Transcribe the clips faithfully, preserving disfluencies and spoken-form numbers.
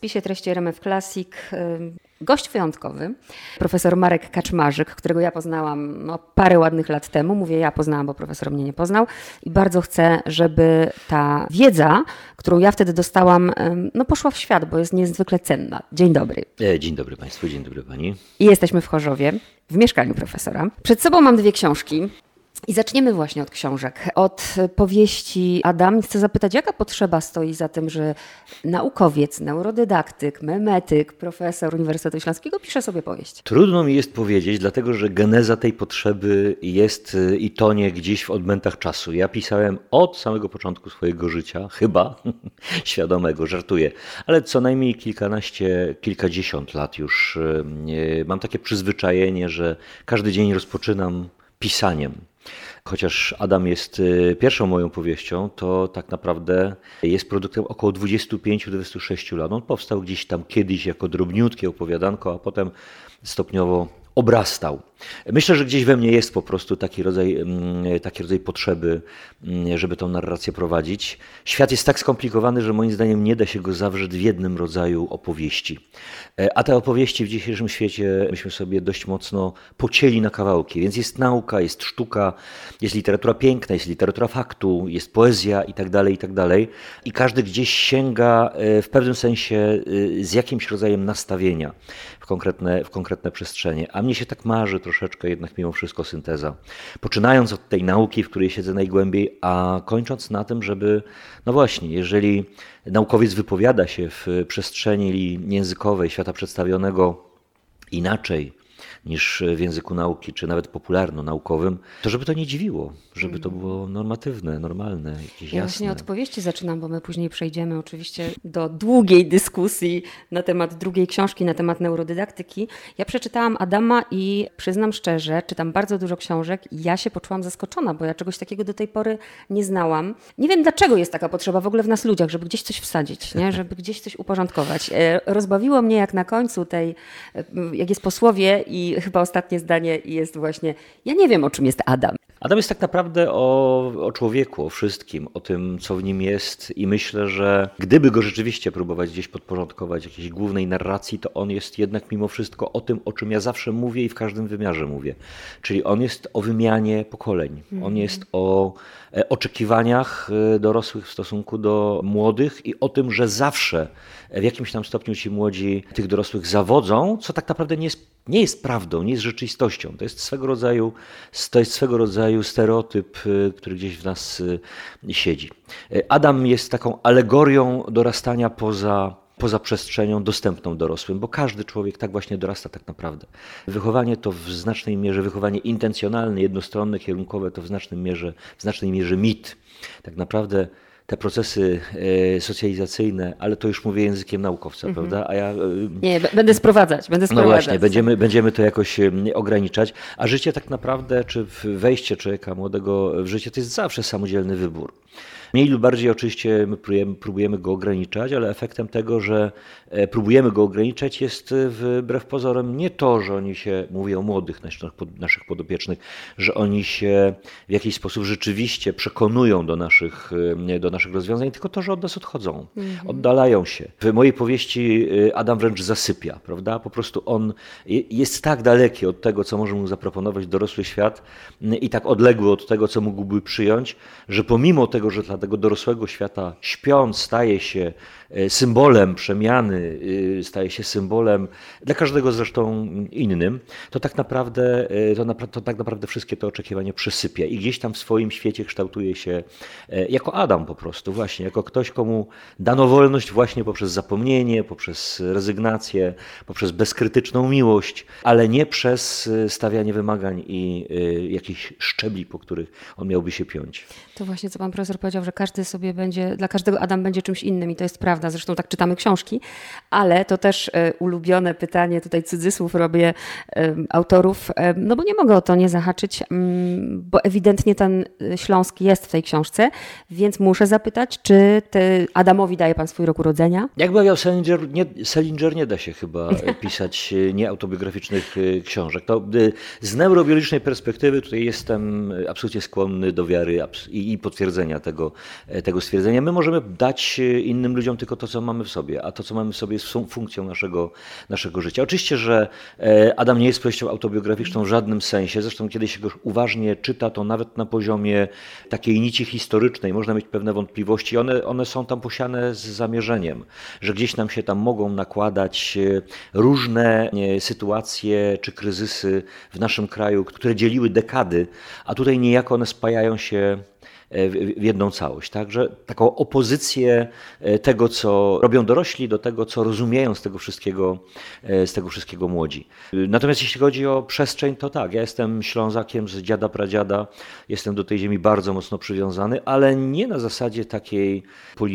spisie treści R M F Classic gość wyjątkowy, profesor Marek Kaczmarzyk, którego ja poznałam no, parę ładnych lat temu. Mówię ja poznałam, bo profesor mnie nie poznał i bardzo chcę, żeby ta wiedza, którą ja wtedy dostałam, no, poszła w świat, bo jest niezwykle cenna. Dzień dobry. Dzień dobry Państwu, dzień dobry Pani. I jesteśmy w Chorzowie, w mieszkaniu profesora. Przed sobą mam dwie książki. I zaczniemy właśnie od książek, od powieści Adam. Chcę zapytać, jaka potrzeba stoi za tym, że naukowiec, neurodydaktyk, memetyk, profesor Uniwersytetu Śląskiego pisze sobie powieść? Trudno mi jest powiedzieć, dlatego że geneza tej potrzeby jest i tonie gdzieś w odmętach czasu. Ja pisałem od samego początku swojego życia, chyba świadomego, żartuję, ale co najmniej kilkanaście, kilkadziesiąt lat już mam takie przyzwyczajenie, że każdy dzień rozpoczynam pisaniem. Chociaż Adam jest pierwszą moją powieścią, to tak naprawdę jest produktem około dwudziestu pięciu do dwudziestu sześciu lat. On powstał gdzieś tam kiedyś jako drobniutkie opowiadanko, a potem stopniowo obrastał. Myślę, że gdzieś we mnie jest po prostu taki rodzaj, taki rodzaj potrzeby, żeby tą narrację prowadzić. Świat jest tak skomplikowany, że moim zdaniem nie da się go zawrzeć w jednym rodzaju opowieści. A te opowieści w dzisiejszym świecie myśmy sobie dość mocno pocięli na kawałki. Więc jest nauka, jest sztuka, jest literatura piękna, jest literatura faktu, jest poezja i tak dalej, i tak dalej. I każdy gdzieś sięga w pewnym sensie z jakimś rodzajem nastawienia w konkretne, w konkretne przestrzenie. A mnie się tak marzy troszeczkę jednak mimo wszystko synteza. Poczynając od tej nauki, w której siedzę najgłębiej, a kończąc na tym, żeby, no właśnie, jeżeli naukowiec wypowiada się w przestrzeni językowej świata przedstawionego inaczej niż w języku nauki, czy nawet popularno-naukowym, to żeby to nie dziwiło, żeby to było normatywne, normalne, jakieś ja jasne. Właśnie od powieści zaczynam, bo my później przejdziemy oczywiście do długiej dyskusji na temat drugiej książki, na temat neurodydaktyki. Ja przeczytałam Adama i przyznam szczerze, czytam bardzo dużo książek i ja się poczułam zaskoczona, bo ja czegoś takiego do tej pory nie znałam. Nie wiem, dlaczego jest taka potrzeba w ogóle w nas ludziach, żeby gdzieś coś wsadzić, nie? Żeby gdzieś coś uporządkować. Rozbawiło mnie, jak na końcu tej, jak jest posłowie i chyba ostatnie zdanie jest właśnie, ja nie wiem, o czym jest Adam. Adam jest tak naprawdę o, o człowieku, o wszystkim, o tym, co w nim jest i myślę, że gdyby go rzeczywiście próbować gdzieś podporządkować jakiejś głównej narracji, to on jest jednak mimo wszystko o tym, o czym ja zawsze mówię i w każdym wymiarze mówię. Czyli on jest o wymianie pokoleń. Mm. On jest o oczekiwaniach dorosłych w stosunku do młodych i o tym, że zawsze w jakimś tam stopniu ci młodzi tych dorosłych zawodzą, co tak naprawdę nie jest, nie jest prawdą, nie jest rzeczywistością. To jest swego rodzaju, to jest swego rodzaju stereotyp, który gdzieś w nas siedzi. Adam jest taką alegorią dorastania poza, poza przestrzenią dostępną dorosłym, bo każdy człowiek tak właśnie dorasta tak naprawdę. Wychowanie to w znacznej mierze, wychowanie intencjonalne, jednostronne, kierunkowe to w znacznej mierze, w znacznej mierze mit. Tak naprawdę te procesy e, socjalizacyjne, ale to już mówię językiem naukowca, mm-hmm. prawda? A ja, e, nie, b- będę sprowadzać, będę sprowadzać. No właśnie, będziemy, będziemy to jakoś e, ograniczać, a życie tak naprawdę, czy wejście człowieka młodego w życie, to jest zawsze samodzielny wybór. Mniej lub bardziej oczywiście my próbujemy, próbujemy go ograniczać, ale efektem tego, że próbujemy go ograniczać, jest wbrew pozorom nie to, że oni się, mówię o młodych naszych, naszych podopiecznych, że oni się w jakiś sposób rzeczywiście przekonują do naszych, do naszych rozwiązań, tylko to, że od nas odchodzą, mm-hmm. oddalają się. W mojej powieści Adam wręcz zasypia, prawda? Po prostu on jest tak daleki od tego, co może mu zaproponować dorosły świat i tak odległy od tego, co mógłby przyjąć, że pomimo tego, że dla tego dorosłego świata śpiąc staje się symbolem przemiany, staje się symbolem dla każdego zresztą innym, to tak naprawdę, to, napra- to tak naprawdę wszystkie te oczekiwania przysypia i gdzieś tam w swoim świecie kształtuje się jako Adam po prostu właśnie, jako ktoś, komu dano wolność właśnie poprzez zapomnienie, poprzez rezygnację, poprzez bezkrytyczną miłość, ale nie przez stawianie wymagań i jakichś szczebli, po których on miałby się piąć. To właśnie, co pan profesor powiedział, że każdy sobie będzie, dla każdego Adam będzie czymś innym i to jest prawda. Zresztą tak czytamy książki, ale to też e, ulubione pytanie, tutaj cudzysłów robię e, autorów, e, no bo nie mogę o to nie zahaczyć, m, bo ewidentnie ten Śląsk jest w tej książce, więc muszę zapytać, czy te Adamowi daje pan swój rok urodzenia? Jak mawiał Selinger, nie, Selinger, nie da się chyba pisać nieautobiograficznych książek. To z neurobiologicznej perspektywy tutaj jestem absolutnie skłonny do wiary i, i potwierdzenia tego, tego stwierdzenia. My możemy dać innym ludziom tylko tylko to, co mamy w sobie, a to, co mamy w sobie jest funkcją naszego, naszego życia. Oczywiście, że Adam nie jest powieścią autobiograficzną w żadnym sensie, zresztą kiedy się go uważnie czyta, to nawet na poziomie takiej nici historycznej można mieć pewne wątpliwości. One, one są tam posiane z zamierzeniem, że gdzieś nam się tam mogą nakładać różne sytuacje czy kryzysy w naszym kraju, które dzieliły dekady, a tutaj niejako one spajają się w jedną całość. Także taką opozycję tego, co robią dorośli, do tego, co rozumieją z tego wszystkiego, z tego wszystkiego młodzi. Natomiast jeśli chodzi o przestrzeń, to tak, ja jestem Ślązakiem z dziada pradziada, jestem do tej ziemi bardzo mocno przywiązany, ale nie na zasadzie takiej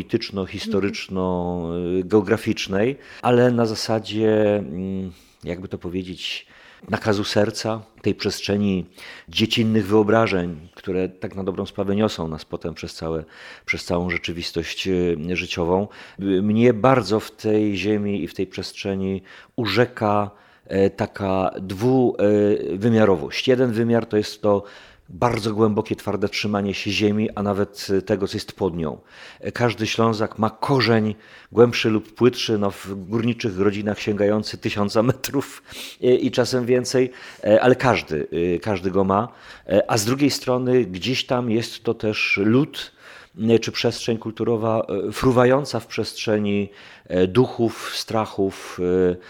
polityczno-historyczno-geograficznej, ale na zasadzie, jakby to powiedzieć, nakazu serca, tej przestrzeni dziecinnych wyobrażeń, które tak na dobrą sprawę niosą nas potem przez, całe, przez całą rzeczywistość życiową. Mnie bardzo w tej ziemi i w tej przestrzeni urzeka taka dwuwymiarowość. Jeden wymiar to jest to bardzo głębokie, twarde trzymanie się ziemi, a nawet tego, co jest pod nią. Każdy Ślązak ma korzeń głębszy lub płytszy, no w górniczych rodzinach sięgający tysiąca metrów i czasem więcej, ale każdy, każdy go ma. A z drugiej strony gdzieś tam jest to też lud, czy przestrzeń kulturowa fruwająca w przestrzeni duchów, strachów,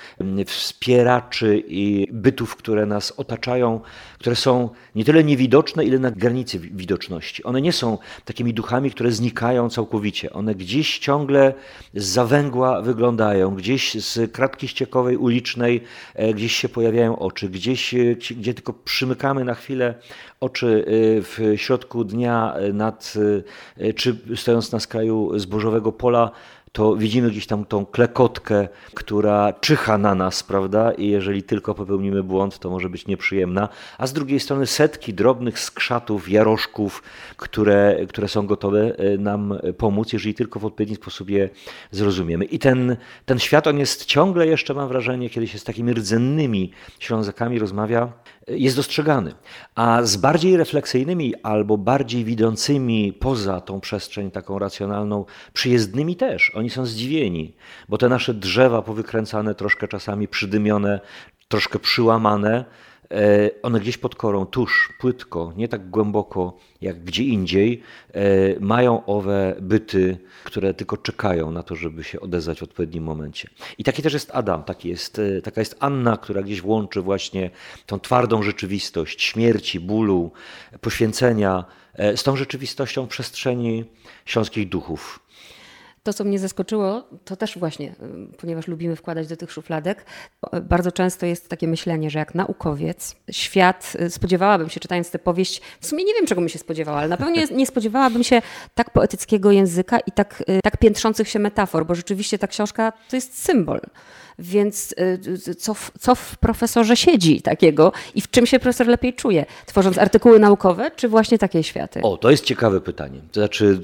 wspieraczy i bytów, które nas otaczają, które są nie tyle niewidoczne, ile na granicy widoczności. One nie są takimi duchami, które znikają całkowicie. One gdzieś ciągle z zawęgła wyglądają, gdzieś z kratki ściekowej ulicznej gdzieś się pojawiają oczy, gdzieś, gdzie tylko przymykamy na chwilę oczy w środku dnia nad, czy stojąc na skraju zbożowego pola, to widzimy gdzieś tam tą klekotkę, która czyha na nas, prawda? I jeżeli tylko popełnimy błąd, to może być nieprzyjemna. A z drugiej strony setki drobnych skrzatów, jaroszków, które, które są gotowe nam pomóc, jeżeli tylko w odpowiedni sposób je zrozumiemy. I ten, ten świat, on jest ciągle jeszcze, mam wrażenie, kiedy się z takimi rdzennymi Ślązakami rozmawia, jest dostrzegany. A z bardziej refleksyjnymi albo bardziej widzącymi poza tą przestrzeń taką racjonalną, przyjezdnymi też. Oni są zdziwieni, bo te nasze drzewa powykręcane, troszkę czasami przydymione, troszkę przyłamane, one gdzieś pod korą, tuż, płytko, nie tak głęboko jak gdzie indziej, mają owe byty, które tylko czekają na to, żeby się odezwać w odpowiednim momencie. I taki też jest Adam, taki jest, taka jest Anna, która gdzieś łączy właśnie tą twardą rzeczywistość śmierci, bólu, poświęcenia z tą rzeczywistością przestrzeni śląskich duchów. To, co mnie zaskoczyło, to też właśnie, ponieważ lubimy wkładać do tych szufladek, bardzo często jest takie myślenie, że jak naukowiec, świat, spodziewałabym się, czytając tę powieść, w sumie nie wiem, czego bym się spodziewała, ale na pewno nie, nie spodziewałabym się tak poetyckiego języka i tak, tak piętrzących się metafor, bo rzeczywiście ta książka to jest symbol. Więc co w, co w profesorze siedzi takiego i w czym się profesor lepiej czuje? Tworząc artykuły naukowe, czy właśnie takie światy? O, to jest ciekawe pytanie. To znaczy,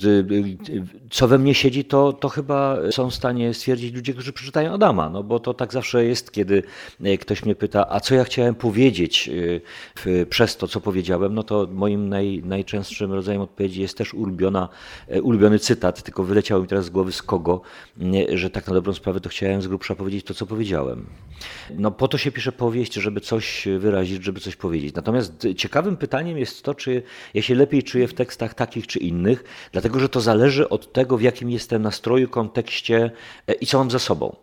co we mnie siedzi, to, to chyba są w stanie stwierdzić ludzie, którzy przeczytają Adama, no bo to tak zawsze jest, kiedy ktoś mnie pyta, a co ja chciałem powiedzieć przez to, co powiedziałem, no to moim naj, najczęstszym rodzajem odpowiedzi jest też ulubiona, ulubiony cytat, tylko wyleciało mi teraz z głowy z kogo, że tak na dobrą sprawę to chciałem z grubsza powiedzieć to, co powiedziałem. No po to się pisze powieść, żeby coś wyrazić, żeby coś powiedzieć. Natomiast ciekawym pytaniem jest to, czy ja się lepiej czuję w tekstach takich czy innych, dlatego że to zależy od tego, w jakim jestem nastroju, kontekście i co mam za sobą.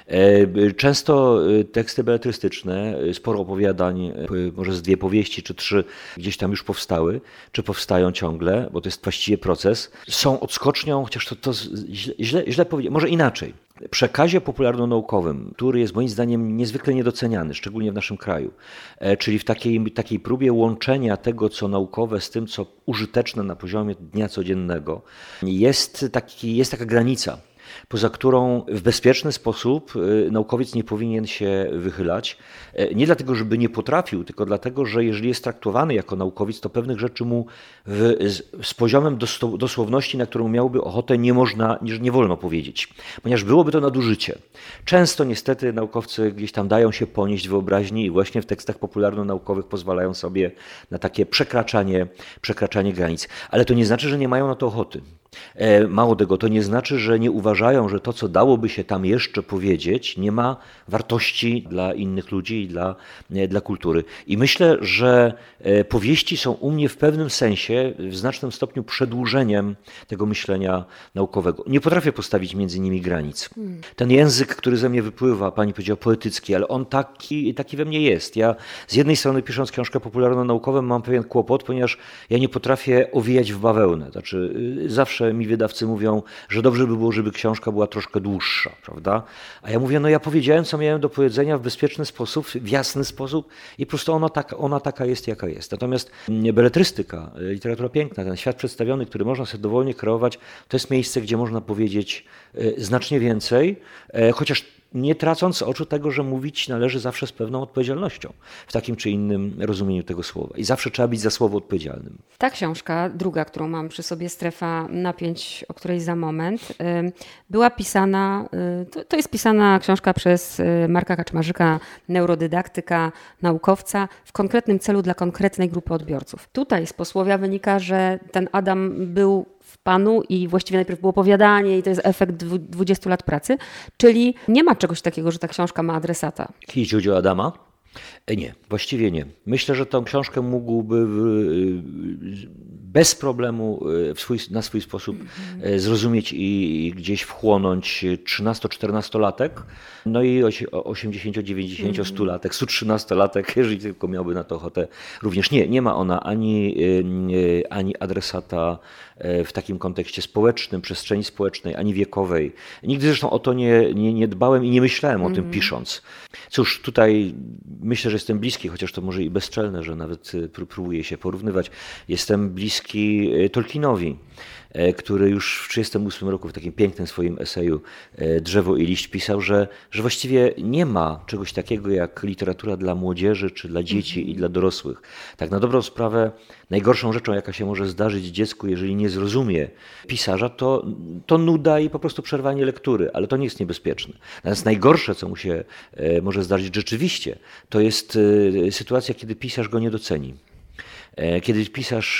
Często teksty beletrystyczne, sporo opowiadań, może z dwie powieści czy trzy gdzieś tam już powstały, czy powstają ciągle, bo to jest właściwie proces, są odskocznią, chociaż to, to źle, źle powiedzieć, może inaczej. Przekazie popularno-naukowym, który jest moim zdaniem niezwykle niedoceniany, szczególnie w naszym kraju, czyli w takiej, takiej próbie łączenia tego, co naukowe z tym, co użyteczne na poziomie dnia codziennego, jest, taki, jest taka granica, poza którą w bezpieczny sposób naukowiec nie powinien się wychylać. Nie dlatego, żeby nie potrafił, tylko dlatego, że jeżeli jest traktowany jako naukowiec, to pewnych rzeczy mu w, z, z poziomem dosłowności, na którą miałby ochotę, nie można, nie, nie wolno powiedzieć, ponieważ byłoby to nadużycie. Często niestety naukowcy gdzieś tam dają się ponieść wyobraźni i właśnie w tekstach popularno-naukowych pozwalają sobie na takie przekraczanie, przekraczanie granic. Ale to nie znaczy, że nie mają na to ochoty. Mało tego, to nie znaczy, że nie uważają, że to, co dałoby się tam jeszcze powiedzieć, nie ma wartości dla innych ludzi i dla, dla kultury. I myślę, że powieści są u mnie w pewnym sensie, w znacznym stopniu przedłużeniem tego myślenia naukowego. Nie potrafię postawić między nimi granic. Ten język, który ze mnie wypływa, pani powiedziała poetycki, ale on taki, taki we mnie jest. Ja z jednej strony, pisząc książkę popularno-naukową, mam pewien kłopot, ponieważ ja nie potrafię owijać w bawełnę. Znaczy, zawsze mi wydawcy mówią, że dobrze by było, żeby książka była troszkę dłuższa, prawda? A ja mówię, no ja powiedziałem, co miałem do powiedzenia w bezpieczny sposób, w jasny sposób i po prostu ona taka, ona taka jest, jaka jest. Natomiast beletrystyka, literatura piękna, ten świat przedstawiony, który można sobie dowolnie kreować, to jest miejsce, gdzie można powiedzieć znacznie więcej, chociaż nie tracąc z oczu tego, że mówić należy zawsze z pewną odpowiedzialnością w takim czy innym rozumieniu tego słowa. I zawsze trzeba być za słowo odpowiedzialnym. Ta książka, druga, którą mam przy sobie, Strefa napięć, o której za moment, była pisana, to jest pisana książka przez Marka Kaczmarzyka, neurodydaktyka, naukowca, w konkretnym celu dla konkretnej grupy odbiorców. Tutaj z posłowia wynika, że ten Adam był w Panu i właściwie najpierw było opowiadanie i to jest efekt dwudziestu lat pracy, czyli nie ma czegoś takiego, że ta książka ma adresata. Jeśli chodzi o Adama? Nie, właściwie nie. Myślę, że tą książkę mógłby bez problemu w swój, na swój sposób zrozumieć i gdzieś wchłonąć trzynasto-czternastolatek, no i osiemdziesięcio-, dziewięćdziesięcio-, stulatek, stu trzynastolatek, jeżeli tylko miałby na to ochotę. Również nie, nie ma ona ani, ani adresata w takim kontekście społecznym, przestrzeni społecznej, ani wiekowej. Nigdy zresztą o to nie, nie, nie dbałem i nie myślałem o mm. tym pisząc. Cóż, tutaj myślę, że jestem bliski, chociaż to może i bezczelne, że nawet próbuję się porównywać. Jestem bliski Tolkienowi, który już w tysiąc dziewięćset trzydziestym ósmym roku w takim pięknym swoim eseju Drzewo i liść pisał, że, że właściwie nie ma czegoś takiego jak literatura dla młodzieży, czy dla dzieci mm. i dla dorosłych. Tak na dobrą sprawę najgorszą rzeczą, jaka się może zdarzyć dziecku, jeżeli nie zrozumie pisarza, to, to nuda i po prostu przerwanie lektury, ale to nie jest niebezpieczne. Natomiast najgorsze, co mu się może zdarzyć rzeczywiście, to jest sytuacja, kiedy pisarz go nie doceni. Kiedy pisarz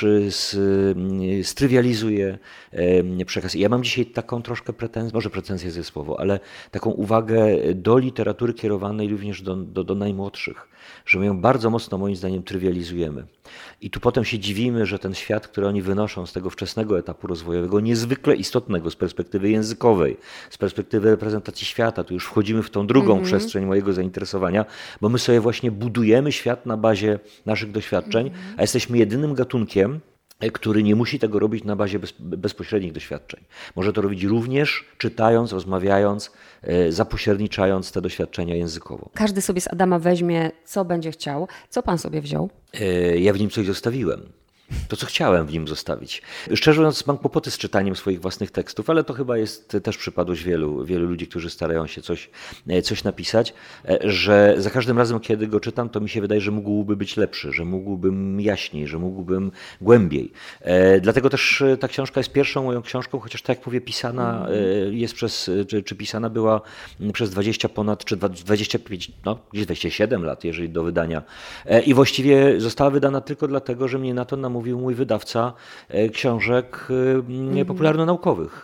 strywializuje przekaz. Ja mam dzisiaj taką troszkę pretensję, może pretensję ze słowo, ale taką uwagę do literatury kierowanej również do, do, do najmłodszych, że my ją bardzo mocno moim zdaniem trywializujemy. I tu potem się dziwimy, że ten świat, który oni wynoszą z tego wczesnego etapu rozwojowego, niezwykle istotnego z perspektywy językowej, z perspektywy reprezentacji świata, tu już wchodzimy w tą drugą mm-hmm. przestrzeń mojego zainteresowania, bo my sobie właśnie budujemy świat na bazie naszych doświadczeń, mm-hmm. a jesteśmy jedynym gatunkiem, który nie musi tego robić na bazie bez, bezpośrednich doświadczeń. Może to robić również czytając, rozmawiając, zapośredniczając te doświadczenia językowo. Każdy sobie z Adama weźmie, co będzie chciał. Co pan sobie wziął? Ja w nim coś zostawiłem. To, co chciałem w nim zostawić. Szczerze mówiąc, mam kłopoty z czytaniem swoich własnych tekstów, ale to chyba jest też przypadłość wielu, wielu ludzi, którzy starają się coś, coś napisać, że za każdym razem, kiedy go czytam, to mi się wydaje, że mógłby być lepszy, że mógłbym jaśniej, że mógłbym głębiej. Dlatego też ta książka jest pierwszą moją książką, chociaż tak jak mówię, pisana jest przez, czy, czy pisana była przez dwadzieścia ponad, czy dwadzieścia pięć, no gdzieś dwadzieścia siedem lat, jeżeli do wydania. I właściwie została wydana tylko dlatego, że mnie na to namówił mówił mój wydawca książek popularno-naukowych,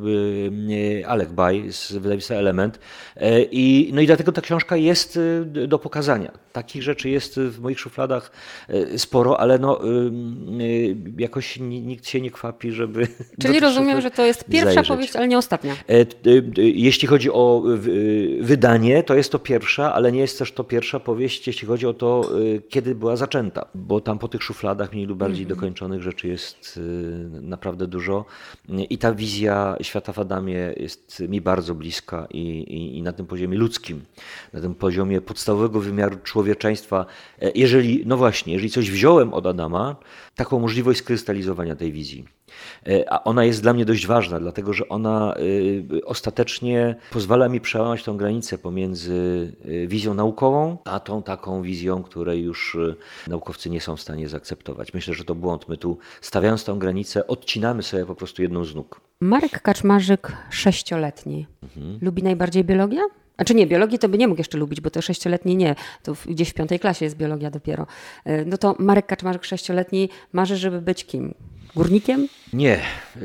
Alek Baj z wydawnictwa Element. I, no i dlatego ta książka jest do pokazania. Takich rzeczy jest w moich szufladach sporo, ale no, jakoś nikt się nie kwapi, żeby... Czyli rozumiem, że to jest pierwsza zajrzeć. Powieść, ale nie ostatnia. Jeśli chodzi o wydanie, to jest to pierwsza, ale nie jest też to pierwsza powieść, jeśli chodzi o to, kiedy była zaczęta, bo tam po tych szufladach mniej lub bardziej dokończonych rzeczy jest naprawdę dużo i ta wizja świata w Adamie jest mi bardzo bliska i, i, i na tym poziomie ludzkim, na tym poziomie podstawowego wymiaru człowieczeństwa. Jeżeli, no właśnie, jeżeli coś wziąłem od Adama, taką możliwość skrystalizowania tej wizji. A ona jest dla mnie dość ważna, dlatego że ona ostatecznie pozwala mi przełamać tą granicę pomiędzy wizją naukową, a tą taką wizją, której już naukowcy nie są w stanie zaakceptować. Myślę, że to błąd. My tu, stawiając tą granicę, odcinamy sobie po prostu jedną z nóg. Marek Kaczmarzyk, sześcioletni. Mhm. Lubi najbardziej biologię? Znaczy nie, biologii to by nie mógł jeszcze lubić, bo to sześcioletni nie, to gdzieś w piątej klasie jest biologia dopiero. No to Marek Kaczmarzyk, sześcioletni, marzy, żeby być kim? Górnikiem? Nie.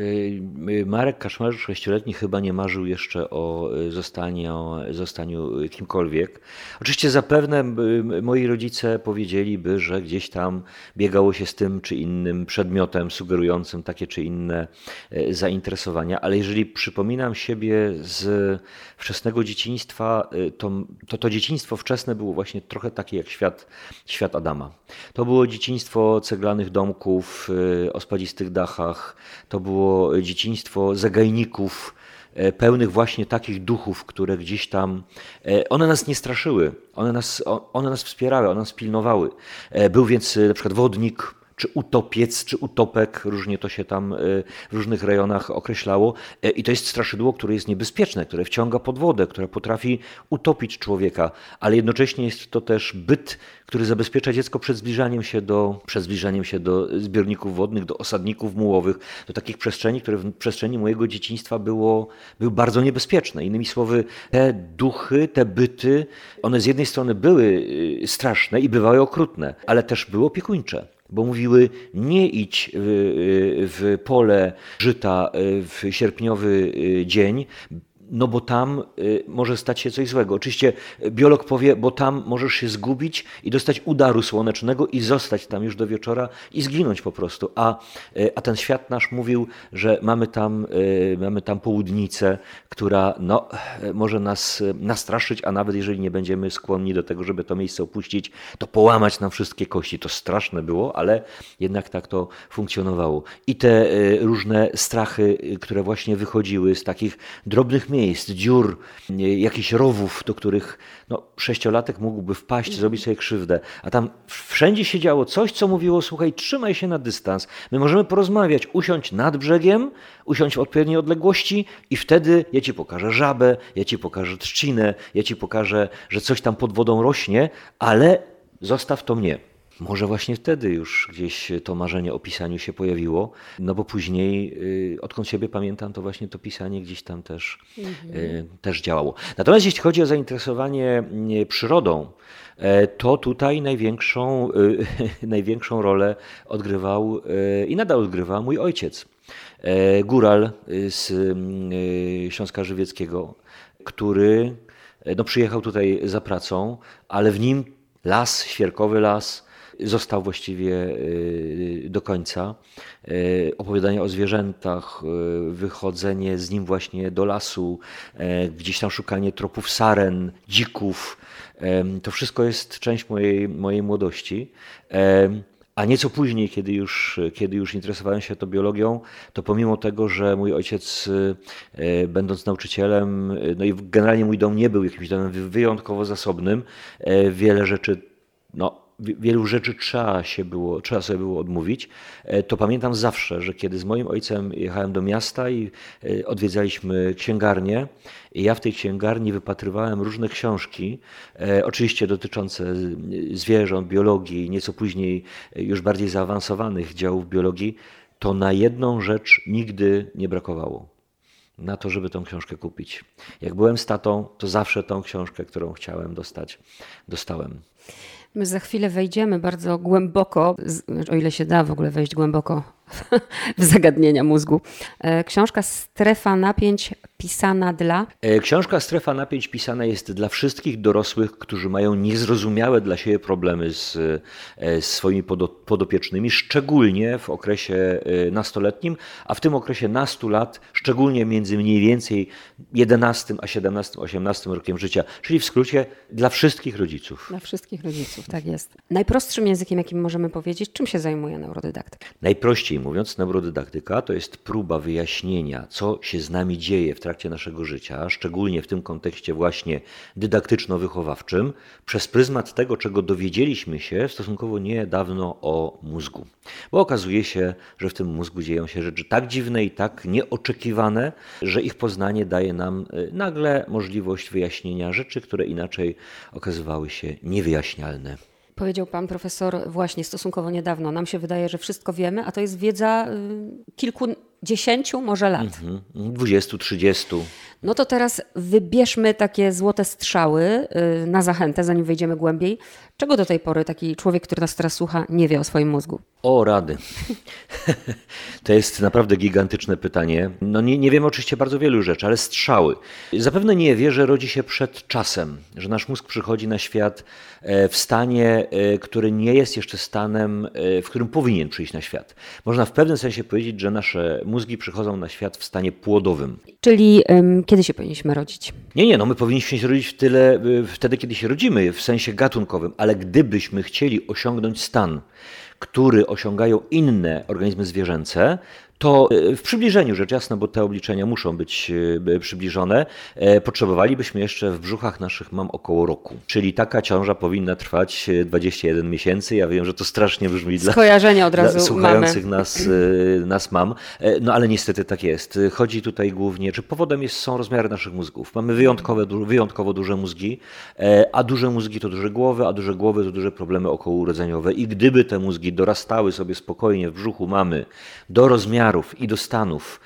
Marek Kaczmarzyk, sześcioletni, chyba nie marzył jeszcze o zostaniu, zostaniu kimkolwiek. Oczywiście zapewne moi rodzice powiedzieliby, że gdzieś tam biegało się z tym czy innym przedmiotem sugerującym takie czy inne zainteresowania, ale jeżeli przypominam siebie z wczesnego dzieciństwa, to to, to dzieciństwo wczesne było właśnie trochę takie jak świat, świat Adama. To było dzieciństwo ceglanych domków o spadzistych dachach, to było dzieciństwo zagajników, pełnych właśnie takich duchów, które gdzieś tam, one nas nie straszyły, one nas, one nas wspierały, one nas pilnowały. Był więc na przykład wodnik, czy utopiec, czy utopek, różnie to się tam w różnych rejonach określało. I to jest straszydło, które jest niebezpieczne, które wciąga pod wodę, które potrafi utopić człowieka, ale jednocześnie jest to też byt, który zabezpiecza dziecko przed zbliżaniem się do, przed zbliżaniem się do zbiorników wodnych, do osadników mułowych, do takich przestrzeni, które w przestrzeni mojego dzieciństwa było, były bardzo niebezpieczne. Innymi słowy, te duchy, te byty, one z jednej strony były straszne i bywały okrutne, ale też były opiekuńcze. Bo mówiły, nie idź w, w pole żyta w sierpniowy dzień, no bo tam może stać się coś złego. Oczywiście biolog powie, bo tam możesz się zgubić i dostać udaru słonecznego i zostać tam już do wieczora i zginąć po prostu. A, a ten świat nasz mówił, że mamy tam, mamy tam południcę, która no, może nas nastraszyć, a nawet jeżeli nie będziemy skłonni do tego, żeby to miejsce opuścić, to połamać nam wszystkie kości. To straszne było, ale jednak tak to funkcjonowało. I te różne strachy, które właśnie wychodziły z takich drobnych miejsc, miejsc, dziur, jakichś rowów, do których no, sześciolatek mógłby wpaść, zrobić sobie krzywdę. A tam wszędzie się działo coś, co mówiło, słuchaj, trzymaj się na dystans. My możemy porozmawiać, usiąść nad brzegiem, usiąść w odpowiedniej odległości i wtedy ja ci pokażę żabę, ja ci pokażę trzcinę, ja ci pokażę, że coś tam pod wodą rośnie, ale zostaw to mnie. Może właśnie wtedy już gdzieś to marzenie o pisaniu się pojawiło, no bo później, odkąd siebie pamiętam, to właśnie to pisanie gdzieś tam też, mhm. też działało. Natomiast jeśli chodzi o zainteresowanie przyrodą, to tutaj największą, największą rolę odgrywał i nadal odgrywa mój ojciec. Góral z Śląska Żywieckiego, który no, przyjechał tutaj za pracą, ale w nim las, świerkowy las, został właściwie do końca. Opowiadanie o zwierzętach, wychodzenie z nim właśnie do lasu, gdzieś tam szukanie tropów saren, dzików. To wszystko jest część mojej, mojej młodości. A nieco później, kiedy już, kiedy już interesowałem się to biologią, to pomimo tego, że mój ojciec, będąc nauczycielem, no i generalnie mój dom nie był jakimś domem wyjątkowo zasobnym, wiele rzeczy, no, wielu rzeczy trzeba, się było, trzeba sobie było odmówić, to pamiętam zawsze, że kiedy z moim ojcem jechałem do miasta i odwiedzaliśmy księgarnię i ja w tej księgarni wypatrywałem różne książki, oczywiście dotyczące zwierząt, biologii, nieco później już bardziej zaawansowanych działów biologii, to na jedną rzecz nigdy nie brakowało. Na to, żeby tą książkę kupić. Jak byłem z tatą, to zawsze tą książkę, którą chciałem dostać, dostałem. My za chwilę wejdziemy bardzo głęboko, o ile się da w ogóle wejść głęboko w zagadnienia mózgu. Książka Strefa napięć pisana dla... Książka Strefa napięć pisana jest dla wszystkich dorosłych, którzy mają niezrozumiałe dla siebie problemy z, z swoimi podopiecznymi, szczególnie w okresie nastoletnim, a w tym okresie nastu lat, szczególnie między mniej więcej jedenastym a siedemnastym, osiemnastym rokiem życia, czyli w skrócie dla wszystkich rodziców. Dla wszystkich rodziców, tak jest. Najprostszym językiem, jakim możemy powiedzieć, czym się zajmuje neurodydaktyka? Najprościej mówiąc, neurodydaktyka to jest próba wyjaśnienia, co się z nami dzieje w trakcie naszego życia, szczególnie w tym kontekście właśnie dydaktyczno-wychowawczym, przez pryzmat tego, czego dowiedzieliśmy się stosunkowo niedawno o mózgu. Bo okazuje się, że w tym mózgu dzieją się rzeczy tak dziwne i tak nieoczekiwane, że ich poznanie daje nam nagle możliwość wyjaśnienia rzeczy, które inaczej okazywały się niewyjaśnialne. Powiedział pan profesor właśnie stosunkowo niedawno. Nam się wydaje, że wszystko wiemy, a to jest wiedza kilkudziesięciu może lat. Dwudziestu, trzydziestu. No to teraz wybierzmy takie złote strzały na zachętę, zanim wejdziemy głębiej. Czego do tej pory taki człowiek, który nas teraz słucha, nie wie o swoim mózgu? O, rady. To jest naprawdę gigantyczne pytanie. No nie, nie wiemy oczywiście bardzo wielu rzeczy, ale strzały. Zapewne nie wie, że rodzi się przed czasem, że nasz mózg przychodzi na świat w stanie, który nie jest jeszcze stanem, w którym powinien przyjść na świat. Można w pewnym sensie powiedzieć, że nasze mózgi przychodzą na świat w stanie płodowym. Czyli um, kiedy się powinniśmy rodzić? Nie, nie, no my powinniśmy się rodzić w tyle, wtedy, kiedy się rodzimy, w sensie gatunkowym, ale gdybyśmy chcieli osiągnąć stan, który osiągają inne organizmy zwierzęce, to w przybliżeniu rzecz jasna, bo te obliczenia muszą być przybliżone, potrzebowalibyśmy jeszcze w brzuchach naszych mam około roku. Czyli taka ciąża powinna trwać dwadzieścia jeden miesięcy. Ja wiem, że to strasznie brzmi dla, Skojarzenie od razu dla słuchających mamy. nas, nas mam. No ale niestety tak jest. Chodzi tutaj głównie, czy powodem jest, są rozmiary naszych mózgów. Mamy wyjątkowe, wyjątkowo duże mózgi, a duże mózgi to duże głowy, a duże głowy to duże problemy okołourodzeniowe. I gdyby te mózgi dorastały sobie spokojnie w brzuchu mamy do rozmiarów i do stanów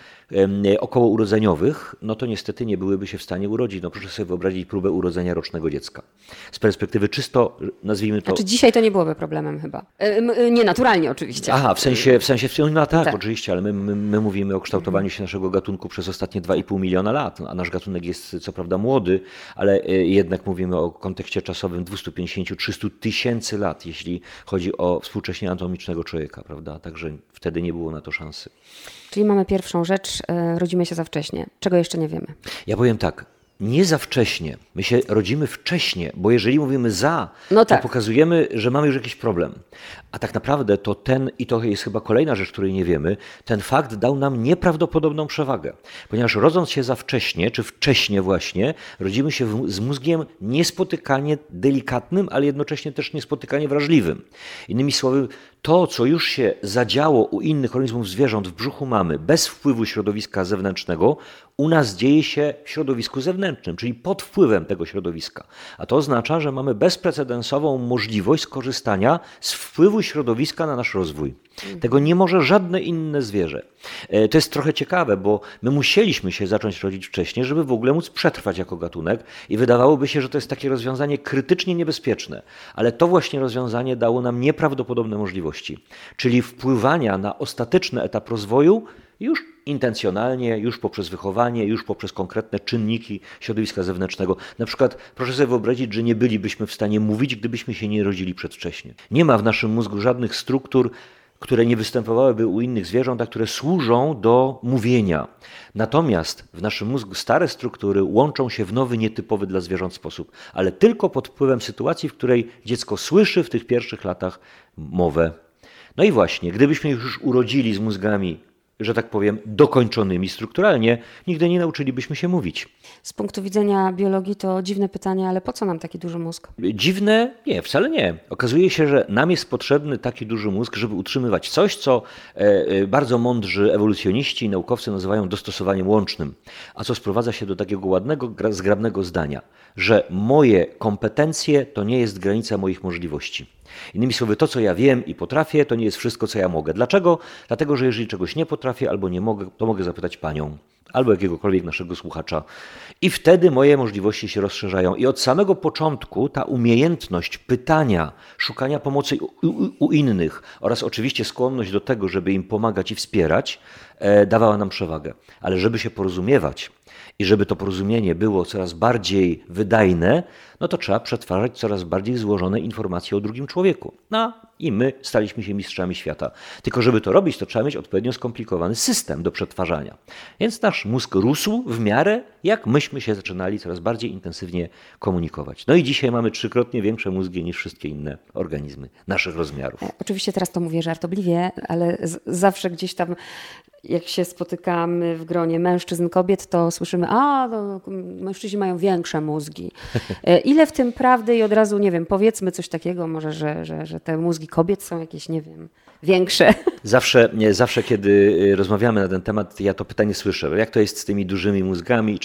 okołourodzeniowych, no to niestety nie byłyby się w stanie urodzić. No proszę sobie wyobrazić próbę urodzenia rocznego dziecka. Z perspektywy czysto, nazwijmy to... Znaczy dzisiaj to nie byłoby problemem chyba. E, nie, naturalnie oczywiście. Aha, w sensie, w sensie, no tak, tak. oczywiście, ale my, my, my mówimy o kształtowaniu się naszego gatunku przez ostatnie dwa i pół miliona lat, a nasz gatunek jest co prawda młody, ale jednak mówimy o kontekście czasowym dwieście pięćdziesiąt do trzystu tysięcy lat, jeśli chodzi o współcześnie anatomicznego człowieka, prawda? Także wtedy nie było na to szansy. Czyli mamy pierwszą rzecz, rodzimy się za wcześnie. Czego jeszcze nie wiemy? Ja powiem tak, nie za wcześnie. My się rodzimy wcześnie, bo jeżeli mówimy za, no to tak. pokazujemy, że mamy już jakiś problem. A tak naprawdę to ten, i to jest chyba kolejna rzecz, której nie wiemy, ten fakt dał nam nieprawdopodobną przewagę. Ponieważ rodząc się za wcześnie, czy wcześnie właśnie, rodzimy się w, z mózgiem niespotykanie delikatnym, ale jednocześnie też niespotykanie wrażliwym. Innymi słowy, to, co już się zadziało u innych organizmów zwierząt w brzuchu mamy, bez wpływu środowiska zewnętrznego, u nas dzieje się w środowisku zewnętrznym, czyli pod wpływem tego środowiska. A to oznacza, że mamy bezprecedensową możliwość skorzystania z wpływu środowiska na nasz rozwój. Tego nie może żadne inne zwierzę. To jest trochę ciekawe, bo my musieliśmy się zacząć rodzić wcześniej, żeby w ogóle móc przetrwać jako gatunek i wydawałoby się, że to jest takie rozwiązanie krytycznie niebezpieczne. Ale to właśnie rozwiązanie dało nam nieprawdopodobne możliwości, czyli wpływania na ostateczny etap rozwoju już intencjonalnie, już poprzez wychowanie, już poprzez konkretne czynniki środowiska zewnętrznego. Na przykład proszę sobie wyobrazić, że nie bylibyśmy w stanie mówić, gdybyśmy się nie rodzili przedwcześnie. Nie ma w naszym mózgu żadnych struktur, które nie występowałyby u innych zwierząt, a które służą do mówienia. Natomiast w naszym mózgu stare struktury łączą się w nowy, nietypowy dla zwierząt sposób, ale tylko pod wpływem sytuacji, w której dziecko słyszy w tych pierwszych latach mowę. No i właśnie, gdybyśmy już urodzili z mózgami, że tak powiem, dokończonymi strukturalnie, nigdy nie nauczylibyśmy się mówić. Z punktu widzenia biologii to dziwne pytanie, ale po co nam taki duży mózg? Dziwne? Nie, wcale nie. Okazuje się, że nam jest potrzebny taki duży mózg, żeby utrzymywać coś, co bardzo mądrzy ewolucjoniści i naukowcy nazywają dostosowaniem łącznym, a co sprowadza się do takiego ładnego, zgrabnego zdania, że moje kompetencje to nie jest granica moich możliwości. Innymi słowy, to co ja wiem i potrafię, to nie jest wszystko, co ja mogę. Dlaczego? Dlatego, że jeżeli czegoś nie potrafię albo nie mogę, to mogę zapytać panią albo jakiegokolwiek naszego słuchacza. I wtedy moje możliwości się rozszerzają. I od samego początku ta umiejętność pytania, szukania pomocy u, u, u innych oraz oczywiście skłonność do tego, żeby im pomagać i wspierać, e, dawała nam przewagę. Ale żeby się porozumiewać i żeby to porozumienie było coraz bardziej wydajne, no to trzeba przetwarzać coraz bardziej złożone informacje o drugim człowieku. No i my staliśmy się mistrzami świata. Tylko żeby to robić, to trzeba mieć odpowiednio skomplikowany system do przetwarzania. Więc nasz mózg rósł w miarę, jak myśmy się zaczynali coraz bardziej intensywnie komunikować. No i dzisiaj mamy trzykrotnie większe mózgi niż wszystkie inne organizmy naszych rozmiarów. Oczywiście teraz to mówię żartobliwie, ale z- zawsze gdzieś tam jak się spotykamy w gronie mężczyzn, kobiet, to słyszymy, a no, mężczyźni mają większe mózgi. Ile w tym prawdy i od razu, nie wiem, powiedzmy coś takiego, może, że, że, że te mózgi kobiet są jakieś, nie wiem, większe. Zawsze, nie, zawsze, kiedy rozmawiamy na ten temat, ja to pytanie słyszę. Jak to jest z tymi dużymi mózgami? Czy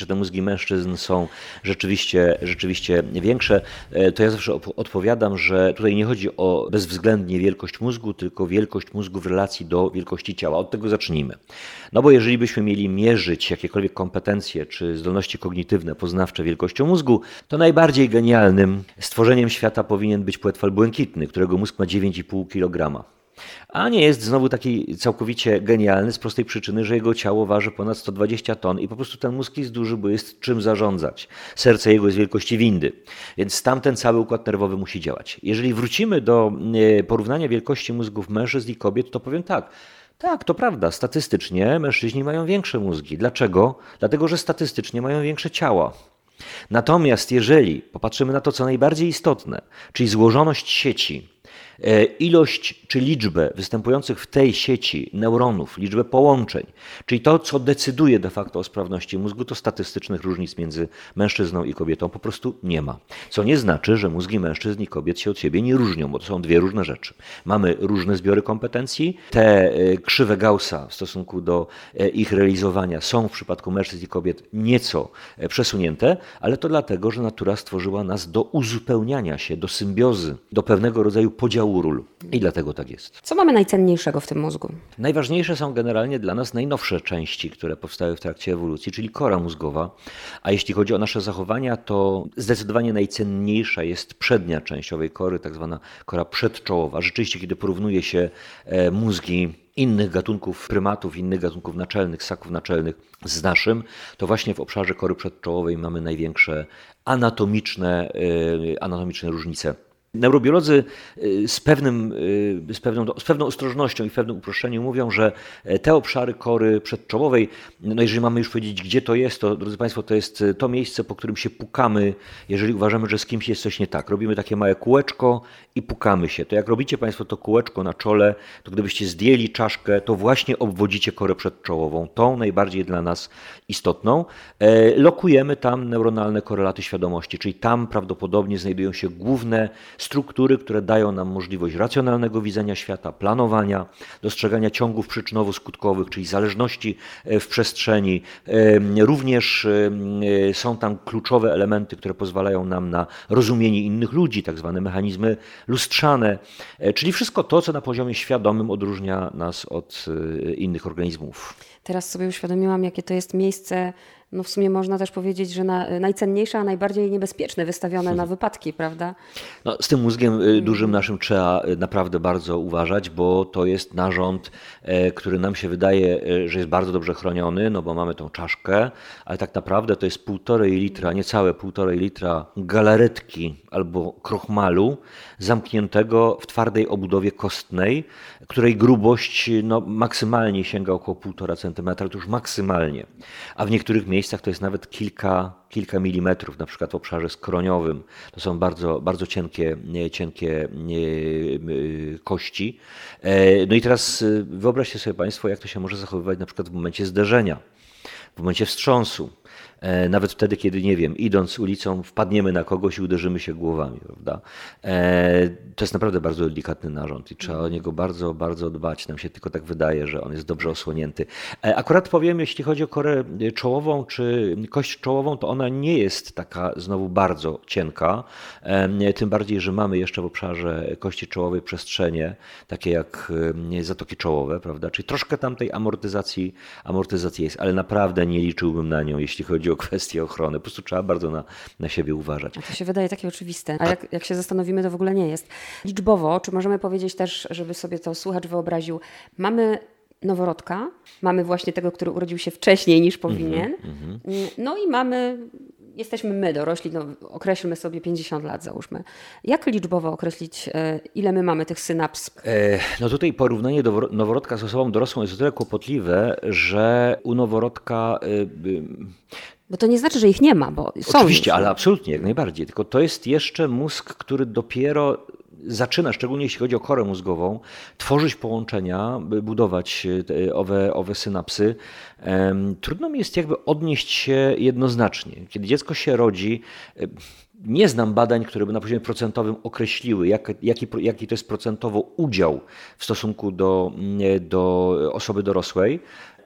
te mózgi mężczyzn są rzeczywiście, rzeczywiście większe, to ja zawsze odpowiadam, że tutaj nie chodzi o bezwzględnie wielkość mózgu, tylko wielkość mózgu w relacji do wielkości ciała. Od tego zacznijmy. No bo jeżeli byśmy mieli mierzyć jakiekolwiek kompetencje czy zdolności kognitywne, poznawcze wielkością mózgu, to najbardziej genialnym stworzeniem świata powinien być płetwal błękitny, którego mózg ma dziewięć i pół kilograma. A nie jest znowu taki całkowicie genialny z prostej przyczyny, że jego ciało waży ponad sto dwadzieścia ton i po prostu ten mózg jest duży, bo jest czym zarządzać. Serce jego jest wielkości windy, więc tamten cały układ nerwowy musi działać. Jeżeli wrócimy do porównania wielkości mózgów mężczyzn i kobiet, to powiem tak. Tak, to prawda, statystycznie mężczyźni mają większe mózgi. Dlaczego? Dlatego, że statystycznie mają większe ciała. Natomiast jeżeli popatrzymy na to, co najbardziej istotne, czyli złożoność sieci, ilość czy liczbę występujących w tej sieci neuronów, liczbę połączeń, czyli to, co decyduje de facto o sprawności mózgu, to statystycznych różnic między mężczyzną i kobietą po prostu nie ma. Co nie znaczy, że mózgi mężczyzn i kobiet się od siebie nie różnią, bo to są dwie różne rzeczy. Mamy różne zbiory kompetencji, te krzywe Gaussa w stosunku do ich realizowania są w przypadku mężczyzn i kobiet nieco przesunięte, ale to dlatego, że natura stworzyła nas do uzupełniania się, do symbiozy, do pewnego rodzaju podziału ról. I dlatego tak jest. Co mamy najcenniejszego w tym mózgu? Najważniejsze są generalnie dla nas najnowsze części, które powstały w trakcie ewolucji, czyli kora mózgowa. A jeśli chodzi o nasze zachowania, to zdecydowanie najcenniejsza jest przednia część owej kory, tak zwana kora przedczołowa. Rzeczywiście, kiedy porównuje się mózgi innych gatunków prymatów, innych gatunków naczelnych, ssaków naczelnych z naszym, to właśnie w obszarze kory przedczołowej mamy największe anatomiczne, anatomiczne różnice. Neurobiolodzy z, pewnym, z, pewną, z pewną ostrożnością i w pewnym uproszczeniu mówią, że te obszary kory przedczołowej, no jeżeli mamy już powiedzieć, gdzie to jest, to drodzy Państwo, to jest to miejsce, po którym się pukamy, jeżeli uważamy, że z kimś jest coś nie tak. Robimy takie małe kółeczko i pukamy się. To jak robicie Państwo to kółeczko na czole, to gdybyście zdjęli czaszkę, to właśnie obwodzicie korę przedczołową, tą najbardziej dla nas istotną. Lokujemy tam neuronalne korelaty świadomości, czyli tam prawdopodobnie znajdują się główne struktury, które dają nam możliwość racjonalnego widzenia świata, planowania, dostrzegania ciągów przyczynowo-skutkowych, czyli zależności w przestrzeni. Również są tam kluczowe elementy, które pozwalają nam na rozumienie innych ludzi, tak zwane mechanizmy lustrzane, czyli wszystko to, co na poziomie świadomym odróżnia nas od innych organizmów. Teraz sobie uświadomiłam, jakie to jest miejsce, no w sumie można też powiedzieć, że na, najcenniejsze, a najbardziej niebezpieczne, wystawione na wypadki, prawda? No, z tym mózgiem dużym naszym trzeba naprawdę bardzo uważać, bo to jest narząd, który nam się wydaje, że jest bardzo dobrze chroniony, no bo mamy tą czaszkę, ale tak naprawdę to jest półtorej litra, niecałe półtorej litra galaretki albo krochmalu zamkniętego w twardej obudowie kostnej, której grubość no, maksymalnie sięga około półtora centymetra, to już maksymalnie, a w niektórych miejscach to jest nawet kilka, kilka milimetrów, na przykład w obszarze skroniowym. To są bardzo, bardzo cienkie, cienkie kości. No i teraz wyobraźcie sobie Państwo, jak to się może zachowywać na przykład w momencie zderzenia, w momencie wstrząsu. Nawet wtedy, kiedy, nie wiem, idąc ulicą wpadniemy na kogoś i uderzymy się głowami, prawda? To jest naprawdę bardzo delikatny narząd i trzeba o niego bardzo, bardzo dbać. Nam się tylko tak wydaje, że on jest dobrze osłonięty. Akurat powiem, jeśli chodzi o korę czołową czy kość czołową, to ona nie jest taka znowu bardzo cienka, tym bardziej, że mamy jeszcze w obszarze kości czołowej przestrzenie, takie jak zatoki czołowe, prawda? Czyli troszkę tam tej amortyzacji, amortyzacji jest, ale naprawdę nie liczyłbym na nią, jeśli chodzi o kwestię ochrony. Po prostu trzeba bardzo na, na siebie uważać. A to się wydaje takie oczywiste, a jak, jak się zastanowimy, to w ogóle nie jest. Liczbowo, czy możemy powiedzieć też, żeby sobie to słuchacz wyobraził, mamy noworodka, mamy właśnie tego, który urodził się wcześniej niż powinien, mm-hmm. no i mamy, jesteśmy my dorośli, no określmy sobie pięćdziesiąt lat załóżmy. Jak liczbowo określić, ile my mamy tych synaps? E, no tutaj porównanie do noworodka z osobą dorosłą jest o tyle kłopotliwe, że u noworodka... Y, Bo to nie znaczy, że ich nie ma, bo są. Oczywiście, ale absolutnie, jak najbardziej. Tylko to jest jeszcze mózg, który dopiero zaczyna, szczególnie jeśli chodzi o korę mózgową, tworzyć połączenia, budować owe, owe synapsy. Trudno mi jest jakby odnieść się jednoznacznie. Kiedy dziecko się rodzi, nie znam badań, które by na poziomie procentowym określiły, jak, jaki, jaki to jest procentowo udział w stosunku do, do osoby dorosłej.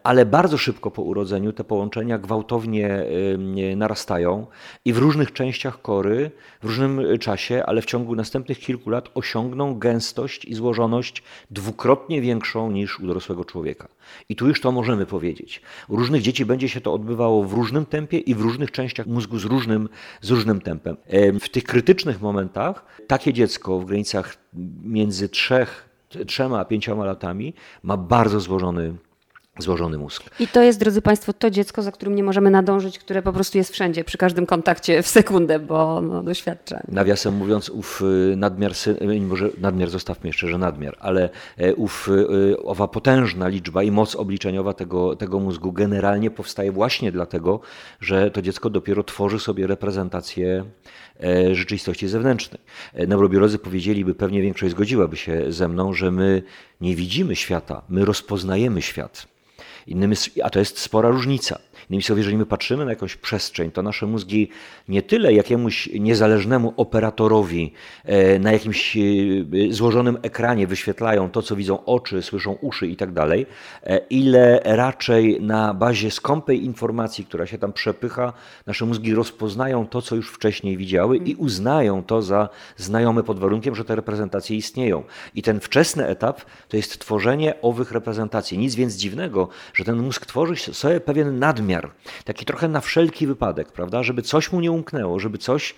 ale bardzo szybko po urodzeniu te połączenia gwałtownie narastają i w różnych częściach kory, w różnym czasie, ale w ciągu następnych kilku lat osiągną gęstość i złożoność dwukrotnie większą niż u dorosłego człowieka. I tu już to możemy powiedzieć. U różnych dzieci będzie się to odbywało w różnym tempie i w różnych częściach mózgu z różnym, z różnym tempem. W tych krytycznych momentach takie dziecko w granicach między trzech, trzema a pięcioma latami ma bardzo złożony złożony mózg. I to jest, drodzy Państwo, to dziecko, za którym nie możemy nadążyć, które po prostu jest wszędzie, przy każdym kontakcie w sekundę, bo no, doświadcza. Nawiasem mówiąc, ów nadmiar, może nadmiar zostawmy jeszcze, że nadmiar, ale ów, owa potężna liczba i moc obliczeniowa tego, tego mózgu generalnie powstaje właśnie dlatego, że to dziecko dopiero tworzy sobie reprezentację rzeczywistości zewnętrznej. Neurobiolodzy powiedzieliby, pewnie większość zgodziłaby się ze mną, że my nie widzimy świata, my rozpoznajemy świat. Innymi, a to jest spora różnica. Innymi słowy, jeżeli my patrzymy na jakąś przestrzeń, to nasze mózgi nie tyle jakiemuś niezależnemu operatorowi na jakimś złożonym ekranie wyświetlają to, co widzą oczy, słyszą uszy i tak dalej, ile raczej na bazie skąpej informacji, która się tam przepycha, nasze mózgi rozpoznają to, co już wcześniej widziały i uznają to za znajome pod warunkiem, że te reprezentacje istnieją. I ten wczesny etap to jest tworzenie owych reprezentacji. Nic więc dziwnego, że ten mózg tworzy sobie pewien nadmiar, taki trochę na wszelki wypadek, prawda, żeby coś mu nie umknęło, żeby coś,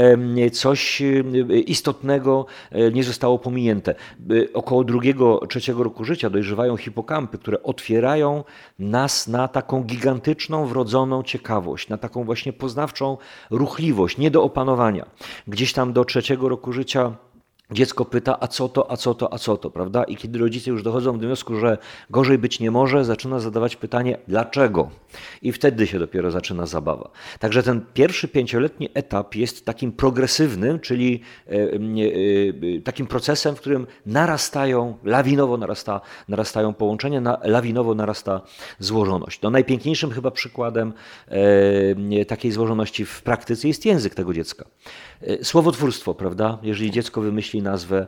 coś istotnego nie zostało pominięte. Około drugiego, trzeciego roku życia dojrzewają hipokampy, które otwierają nas na taką gigantyczną, wrodzoną ciekawość, na taką właśnie poznawczą ruchliwość, nie do opanowania. Gdzieś tam do trzeciego roku życia dziecko pyta, a co to, a co to, a co to, prawda? I kiedy rodzice już dochodzą do wniosku, że gorzej być nie może, zaczyna zadawać pytanie, dlaczego? I wtedy się dopiero zaczyna zabawa. Także ten pierwszy pięcioletni etap jest takim progresywnym, czyli takim procesem, w którym narastają, lawinowo narasta, narastają połączenia, lawinowo narasta złożoność. No, najpiękniejszym chyba przykładem takiej złożoności w praktyce jest język tego dziecka. Słowotwórstwo, prawda? Jeżeli dziecko wymyśli nazwę,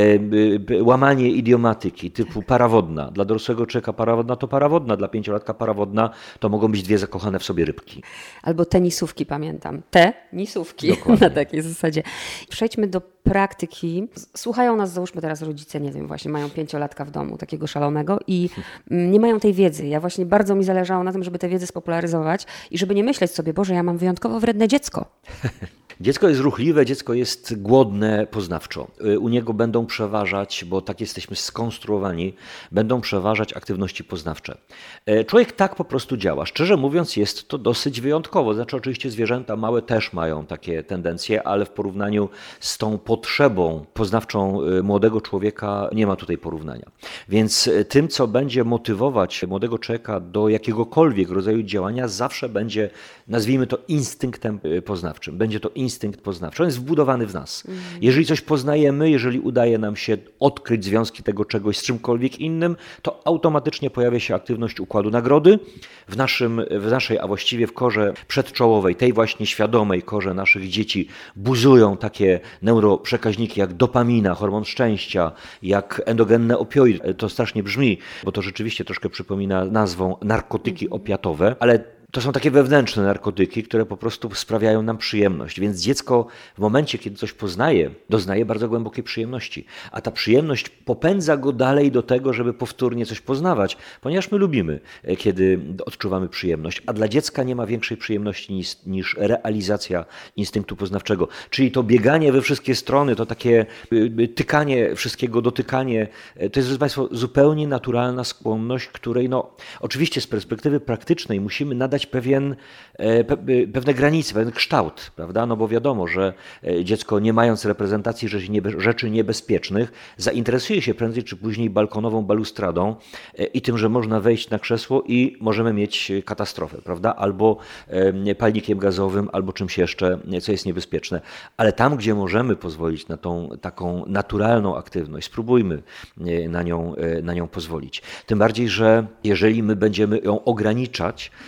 łamanie idiomatyki typu parawodna. Dla dorosłego człowieka parawodna to parawodna, dla pięciolatka parawodna to mogą być dwie zakochane w sobie rybki. Albo tenisówki, pamiętam. Tenisówki. Dokładnie. Na takiej zasadzie. Przejdźmy do praktyki. Słuchają nas, załóżmy teraz rodzice, nie wiem, właśnie mają pięciolatka w domu, takiego szalonego i nie mają tej wiedzy. Ja właśnie bardzo mi zależało na tym, żeby tę wiedzę spopularyzować i żeby nie myśleć sobie, Boże, ja mam wyjątkowo wredne dziecko. Dziecko jest ruchliwe, dziecko jest głodne poznawczo. U niego będą przeważać, bo tak jesteśmy skonstruowani, będą przeważać aktywności poznawcze. Człowiek tak po prostu działa. Szczerze mówiąc, jest to dosyć wyjątkowo. Znaczy oczywiście zwierzęta małe też mają takie tendencje, ale w porównaniu z tą potrzebą poznawczą młodego człowieka nie ma tutaj porównania. Więc tym, co będzie motywować młodego człowieka do jakiegokolwiek rodzaju działania, zawsze będzie, nazwijmy to, instynktem poznawczym. Będzie to instynkt poznawczy. On jest wbudowany w nas. Mhm. Jeżeli coś poznajemy, jeżeli udaje nam się odkryć związki tego czegoś z czymkolwiek innym, to automatycznie pojawia się aktywność układu nagrody w, naszym, w naszej, a właściwie w korze przedczołowej, tej właśnie świadomej korze naszych dzieci buzują takie neuroprzekaźniki jak dopamina, hormon szczęścia, jak endogenne opioidy. To strasznie brzmi, bo to rzeczywiście troszkę przypomina nazwą narkotyki opiatowe, ale to są takie wewnętrzne narkotyki, które po prostu sprawiają nam przyjemność. Więc dziecko w momencie, kiedy coś poznaje, doznaje bardzo głębokiej przyjemności. A ta przyjemność popędza go dalej do tego, żeby powtórnie coś poznawać, ponieważ my lubimy, kiedy odczuwamy przyjemność. A dla dziecka nie ma większej przyjemności niż, niż realizacja instynktu poznawczego. Czyli to bieganie we wszystkie strony, to takie tykanie wszystkiego, dotykanie, to jest, proszę Państwa, zupełnie naturalna skłonność, której no, oczywiście z perspektywy praktycznej musimy nadać Pewien, pe, pewne granice, pewien kształt, prawda? No bo wiadomo, że dziecko, nie mając reprezentacji rzeczy, niebe, rzeczy niebezpiecznych, zainteresuje się prędzej czy później balkonową balustradą i tym, że można wejść na krzesło i możemy mieć katastrofę, prawda? Albo palnikiem gazowym, albo czymś jeszcze, co jest niebezpieczne. Ale tam, gdzie możemy pozwolić na tą taką naturalną aktywność, spróbujmy na nią, na nią pozwolić. Tym bardziej, że jeżeli my będziemy ją ograniczać, to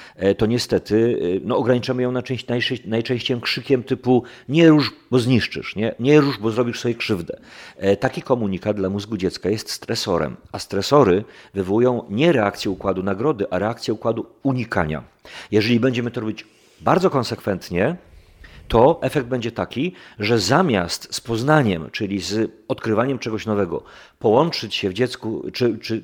to niestety no, ograniczamy ją najczęściej, najczęściej krzykiem typu nie rusz, bo zniszczysz, nie, nie rusz, bo zrobisz sobie krzywdę. Taki komunikat dla mózgu dziecka jest stresorem, a stresory wywołują nie reakcję układu nagrody, a reakcję układu unikania. Jeżeli będziemy to robić bardzo konsekwentnie, to efekt będzie taki, że zamiast z poznaniem, czyli z odkrywaniem czegoś nowego, połączyć się w dziecku, czy, czy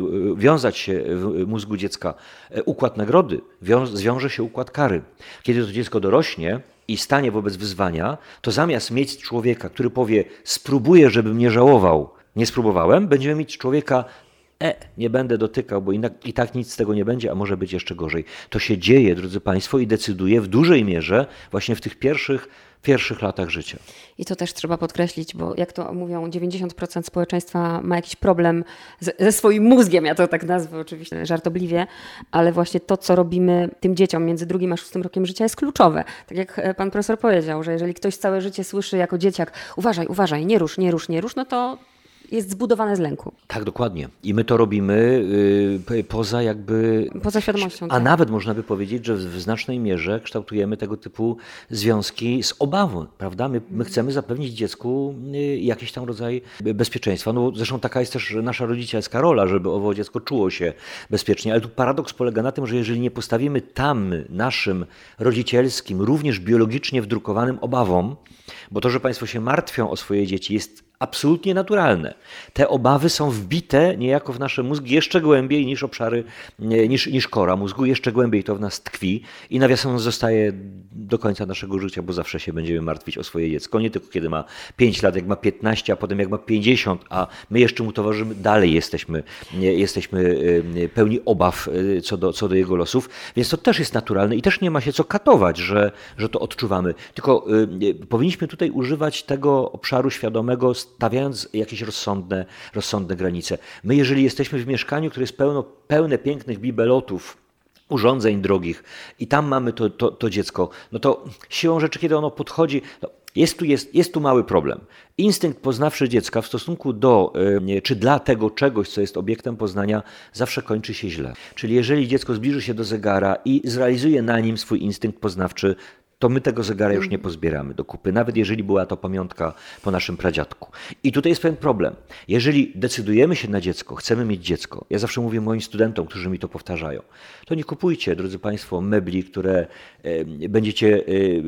wiązać się w mózgu dziecka układ nagrody, zwiąże się układ kary. Kiedy to dziecko dorośnie i stanie wobec wyzwania, to zamiast mieć człowieka, który powie spróbuję, żebym nie żałował, nie spróbowałem, będziemy mieć człowieka E, nie będę dotykał, bo i tak nic z tego nie będzie, a może być jeszcze gorzej. To się dzieje, drodzy Państwo, i decyduje w dużej mierze właśnie w tych pierwszych, pierwszych latach życia. I to też trzeba podkreślić, bo jak to mówią, dziewięćdziesiąt procent społeczeństwa ma jakiś problem z, ze swoim mózgiem, ja to tak nazwę oczywiście żartobliwie, ale właśnie to, co robimy tym dzieciom między drugim a szóstym rokiem życia jest kluczowe. Tak jak pan profesor powiedział, że jeżeli ktoś całe życie słyszy jako dzieciak uważaj, uważaj, nie rusz, nie rusz, nie rusz, no to jest zbudowane z lęku. Tak, dokładnie. I my to robimy yy, poza jakby... Poza świadomością. A tak. nawet można by powiedzieć, że w, w znacznej mierze kształtujemy tego typu związki z obawą, prawda? My, my chcemy zapewnić dziecku yy, jakiś tam rodzaj bezpieczeństwa. No, zresztą taka jest też nasza rodzicielska rola, żeby owo dziecko czuło się bezpiecznie. Ale tu paradoks polega na tym, że jeżeli nie postawimy tam naszym rodzicielskim, również biologicznie wdrukowanym obawom, bo to, że Państwo się martwią o swoje dzieci jest absolutnie naturalne. Te obawy są wbite niejako w nasze mózgi jeszcze głębiej niż obszary, niż, niż kora mózgu, jeszcze głębiej to w nas tkwi i nawiasem zostaje do końca naszego życia, bo zawsze się będziemy martwić o swoje dziecko, nie tylko kiedy ma pięć lat, jak ma piętnaście, a potem jak ma pięćdziesiąt, a my jeszcze mu towarzyszymy, dalej jesteśmy, jesteśmy pełni obaw co do, co do jego losów, więc to też jest naturalne i też nie ma się co katować, że, że to odczuwamy. Tylko powinniśmy tutaj używać tego obszaru świadomego, stawiając jakieś rozsądne, rozsądne granice. My, jeżeli jesteśmy w mieszkaniu, które jest pełno, pełne pięknych bibelotów, urządzeń drogich i tam mamy to, to, to dziecko, no to siłą rzeczy, kiedy ono podchodzi, no jest, tu, jest, jest tu mały problem. Instynkt poznawczy dziecka w stosunku do, czy dla tego czegoś, co jest obiektem poznania, zawsze kończy się źle. Czyli jeżeli dziecko zbliży się do zegara i zrealizuje na nim swój instynkt poznawczy, to my tego zegara już nie pozbieramy do kupy, nawet jeżeli była to pamiątka po naszym pradziadku. I tutaj jest pewien problem. Jeżeli decydujemy się na dziecko, chcemy mieć dziecko, ja zawsze mówię moim studentom, którzy mi to powtarzają, to nie kupujcie, drodzy Państwo, mebli, które e, będziecie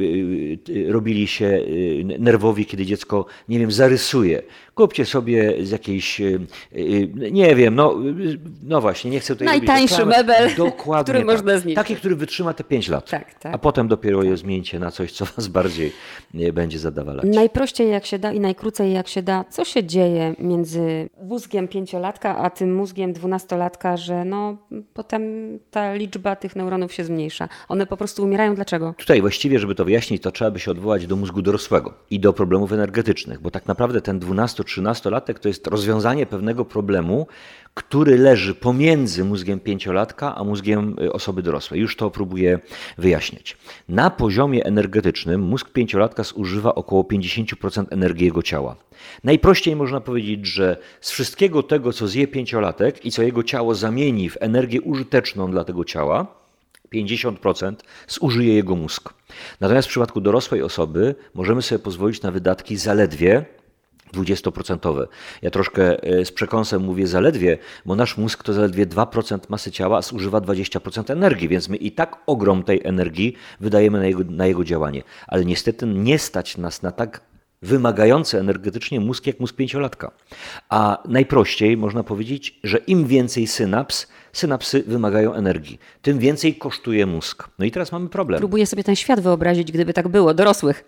e, e, robili się e, nerwowi, kiedy dziecko, nie wiem, zarysuje. Kupcie sobie z jakiejś, e, e, nie wiem, no, no właśnie, nie chcę tutaj najtańszy robić mebel, dokładnie który tak. można zniszczyć. Taki, który wytrzyma te pięć lat, tak, tak. a potem dopiero je zmieni na coś, co was bardziej nie będzie zadawalać. Najprościej jak się da i najkrócej jak się da, co się dzieje między mózgiem pięciolatka a tym mózgiem dwunastolatka, że no potem ta liczba tych neuronów się zmniejsza. One po prostu umierają. Dlaczego? Tutaj właściwie, żeby to wyjaśnić, to trzeba by się odwołać do mózgu dorosłego i do problemów energetycznych, bo tak naprawdę ten dwunasto-trzynastolatek to jest rozwiązanie pewnego problemu, który leży pomiędzy mózgiem pięciolatka a mózgiem osoby dorosłej. Już to próbuję wyjaśniać. Na poziomie energetycznym mózg pięciolatka zużywa około pięćdziesiąt procent energii jego ciała. Najprościej można powiedzieć, że z wszystkiego tego, co zje pięciolatek i co jego ciało zamieni w energię użyteczną dla tego ciała, pięćdziesiąt procent zużyje jego mózg. Natomiast w przypadku dorosłej osoby możemy sobie pozwolić na wydatki zaledwie dwudziestoprocentowe. Ja troszkę z przekąsem mówię zaledwie, bo nasz mózg to zaledwie dwa procent masy ciała, a zużywa dwadzieścia procent energii, więc my i tak ogrom tej energii wydajemy na jego, na jego działanie. Ale niestety nie stać nas na tak wymagający energetycznie mózg jak mózg pięciolatka. A najprościej można powiedzieć, że im więcej synaps, synapsy wymagają energii, tym więcej kosztuje mózg. No i teraz mamy problem. Próbuję sobie ten świat wyobrazić, gdyby tak było, dorosłych.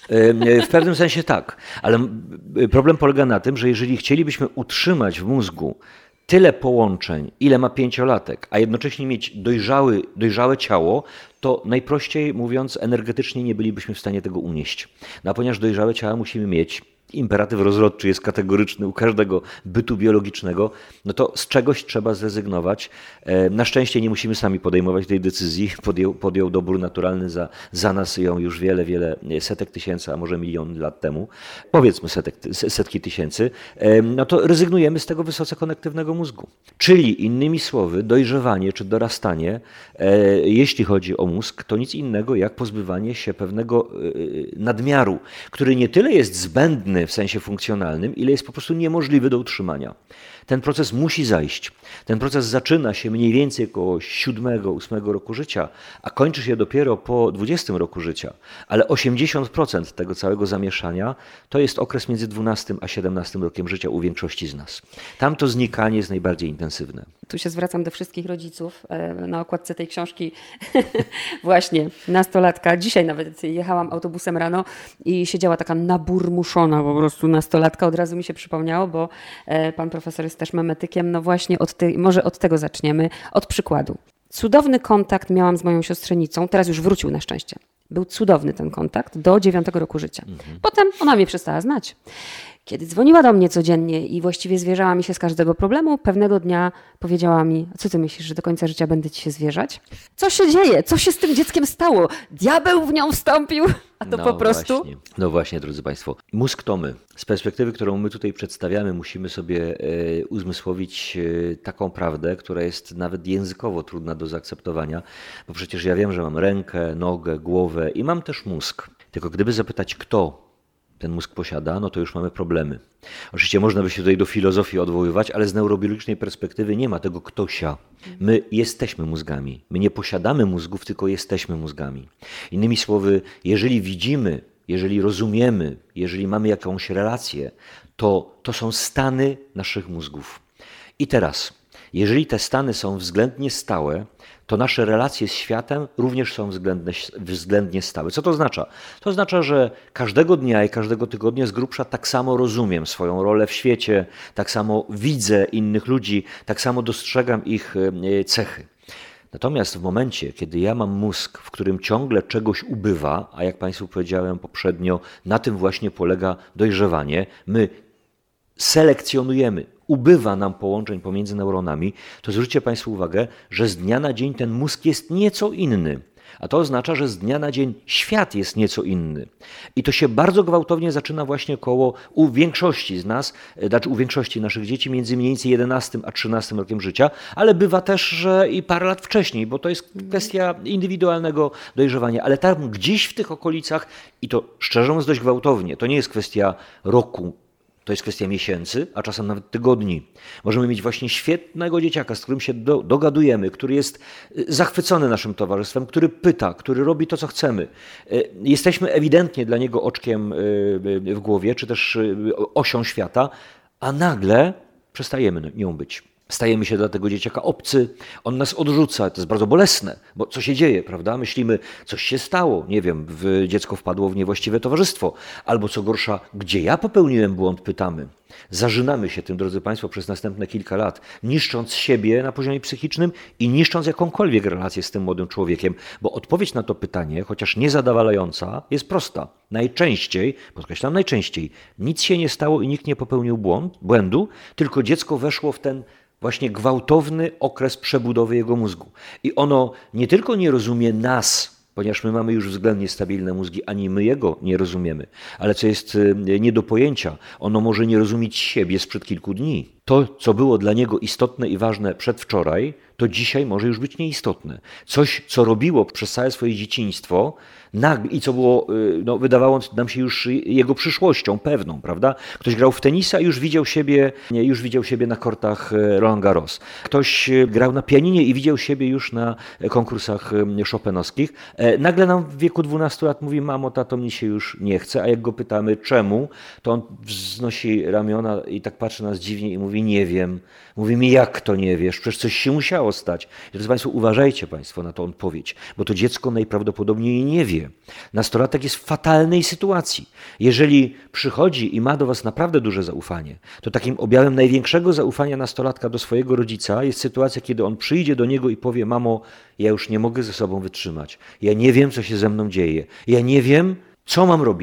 W pewnym sensie tak, ale problem polega na tym, że jeżeli chcielibyśmy utrzymać w mózgu tyle połączeń, ile ma pięciolatek, a jednocześnie mieć dojrzały, dojrzałe ciało, to najprościej mówiąc energetycznie nie bylibyśmy w stanie tego unieść. No a ponieważ dojrzałe ciała musimy mieć imperatyw rozrodczy jest kategoryczny u każdego bytu biologicznego, no to z czegoś trzeba zrezygnować. Na szczęście nie musimy sami podejmować tej decyzji. Podjął, podjął dobór naturalny za, za nas ją już wiele, wiele setek tysięcy, a może milion lat temu. Powiedzmy setek, setki tysięcy. No to rezygnujemy z tego wysoce konektywnego mózgu. Czyli innymi słowy, dojrzewanie czy dorastanie, jeśli chodzi o mózg, to nic innego jak pozbywanie się pewnego nadmiaru, który nie tyle jest zbędny w sensie funkcjonalnym, ile jest po prostu niemożliwy do utrzymania. Ten proces musi zajść. Ten proces zaczyna się mniej więcej około siódmego, ósmego roku życia, a kończy się dopiero po dwudziestym roku życia. Ale osiemdziesiąt procent tego całego zamieszania to jest okres między dwunastym a siedemnastym rokiem życia u większości z nas. Tam to znikanie jest najbardziej intensywne. Tu się zwracam do wszystkich rodziców. Na okładce tej książki właśnie nastolatka. Dzisiaj nawet jechałam autobusem rano i siedziała taka naburmuszona po prostu nastolatka. Od razu mi się przypomniało, bo pan profesor jest też memetykiem. No właśnie od tej, może od tego zaczniemy, od przykładu. Cudowny kontakt miałam z moją siostrzenicą. Teraz już wrócił na szczęście. Był cudowny ten kontakt do dziewiątego roku życia. Mhm. Potem ona mnie przestała znać. Kiedy dzwoniła do mnie codziennie i właściwie zwierzała mi się z każdego problemu, pewnego dnia powiedziała mi: co ty myślisz, że do końca życia będę ci się zwierzać? Co się dzieje? Co się z tym dzieckiem stało? Diabeł w nią wstąpił? A to no po prostu... Właśnie. No właśnie, drodzy Państwo. Mózg to my. Z perspektywy, którą my tutaj przedstawiamy, musimy sobie e, uzmysłowić e, taką prawdę, która jest nawet językowo trudna do zaakceptowania, bo przecież ja wiem, że mam rękę, nogę, głowę i mam też mózg. Tylko gdyby zapytać, kto ten mózg posiada, no to już mamy problemy. Oczywiście można by się tutaj do filozofii odwoływać, ale z neurobiologicznej perspektywy nie ma tego ktośa. My jesteśmy mózgami. My nie posiadamy mózgów, tylko jesteśmy mózgami. Innymi słowy, jeżeli widzimy, jeżeli rozumiemy, jeżeli mamy jakąś relację, to to są stany naszych mózgów. I teraz, jeżeli te stany są względnie stałe, to nasze relacje z światem również są względnie, względnie stałe. Co to oznacza? To oznacza, że każdego dnia i każdego tygodnia z grubsza tak samo rozumiem swoją rolę w świecie, tak samo widzę innych ludzi, tak samo dostrzegam ich cechy. Natomiast w momencie, kiedy ja mam mózg, w którym ciągle czegoś ubywa, a jak Państwu powiedziałem poprzednio, na tym właśnie polega dojrzewanie, my selekcjonujemy, ubywa nam połączeń pomiędzy neuronami, to zwróćcie Państwo uwagę, że z dnia na dzień ten mózg jest nieco inny. A to oznacza, że z dnia na dzień świat jest nieco inny. I to się bardzo gwałtownie zaczyna właśnie koło u większości z nas, znaczy u większości naszych dzieci między mniej więcej jedenastym a trzynastym rokiem życia, ale bywa też, że i parę lat wcześniej, bo to jest kwestia indywidualnego dojrzewania. Ale tam gdzieś w tych okolicach, i to szczerze mówiąc dość gwałtownie, to nie jest kwestia roku, to jest kwestia miesięcy, a czasem nawet tygodni. Możemy mieć właśnie świetnego dzieciaka, z którym się do, dogadujemy, który jest zachwycony naszym towarzystwem, który pyta, który robi to, co chcemy. Jesteśmy ewidentnie dla niego oczkiem w głowie, czy też osią świata, a nagle przestajemy nią być. Stajemy się dla tego dzieciaka obcy, on nas odrzuca, to jest bardzo bolesne, bo co się dzieje, prawda? Myślimy, coś się stało, nie wiem, w, dziecko wpadło w niewłaściwe towarzystwo, albo co gorsza, gdzie ja popełniłem błąd, pytamy. Zażynamy się tym, drodzy Państwo, przez następne kilka lat, niszcząc siebie na poziomie psychicznym i niszcząc jakąkolwiek relację z tym młodym człowiekiem, bo odpowiedź na to pytanie, chociaż niezadowalająca, jest prosta. Najczęściej, podkreślam najczęściej, nic się nie stało i nikt nie popełnił błąd, błędu, tylko dziecko weszło w ten właśnie gwałtowny okres przebudowy jego mózgu. I ono nie tylko nie rozumie nas, ponieważ my mamy już względnie stabilne mózgi, ani my jego nie rozumiemy, ale co jest nie do pojęcia, ono może nie rozumieć siebie sprzed kilku dni. To, co było dla niego istotne i ważne przedwczoraj, to dzisiaj może już być nieistotne. Coś, co robiło przez całe swoje dzieciństwo nagle, i co było, no, wydawało nam się już jego przyszłością pewną, prawda? Ktoś grał w tenisa i już widział siebie, już widział siebie na kortach Roland Garros. Ktoś grał na pianinie i widział siebie już na konkursach chopinowskich. Nagle nam w wieku dwunastu lat mówi: mamo, tato, mi się już nie chce, a jak go pytamy czemu, to on wznosi ramiona i tak patrzy na nas dziwnie i mówi: nie wiem. Mówi mi: jak to nie wiesz? Przecież coś się musiało stać. I drodzy Państwo, uważajcie Państwo na tą odpowiedź, bo to dziecko najprawdopodobniej nie wie. Nastolatek jest w fatalnej sytuacji. Jeżeli przychodzi i ma do Was naprawdę duże zaufanie, to takim objawem największego zaufania nastolatka do swojego rodzica jest sytuacja, kiedy on przyjdzie do niego i powie: mamo, ja już nie mogę ze sobą wytrzymać. Ja nie wiem, co się ze mną dzieje. Ja nie wiem, co mam robić.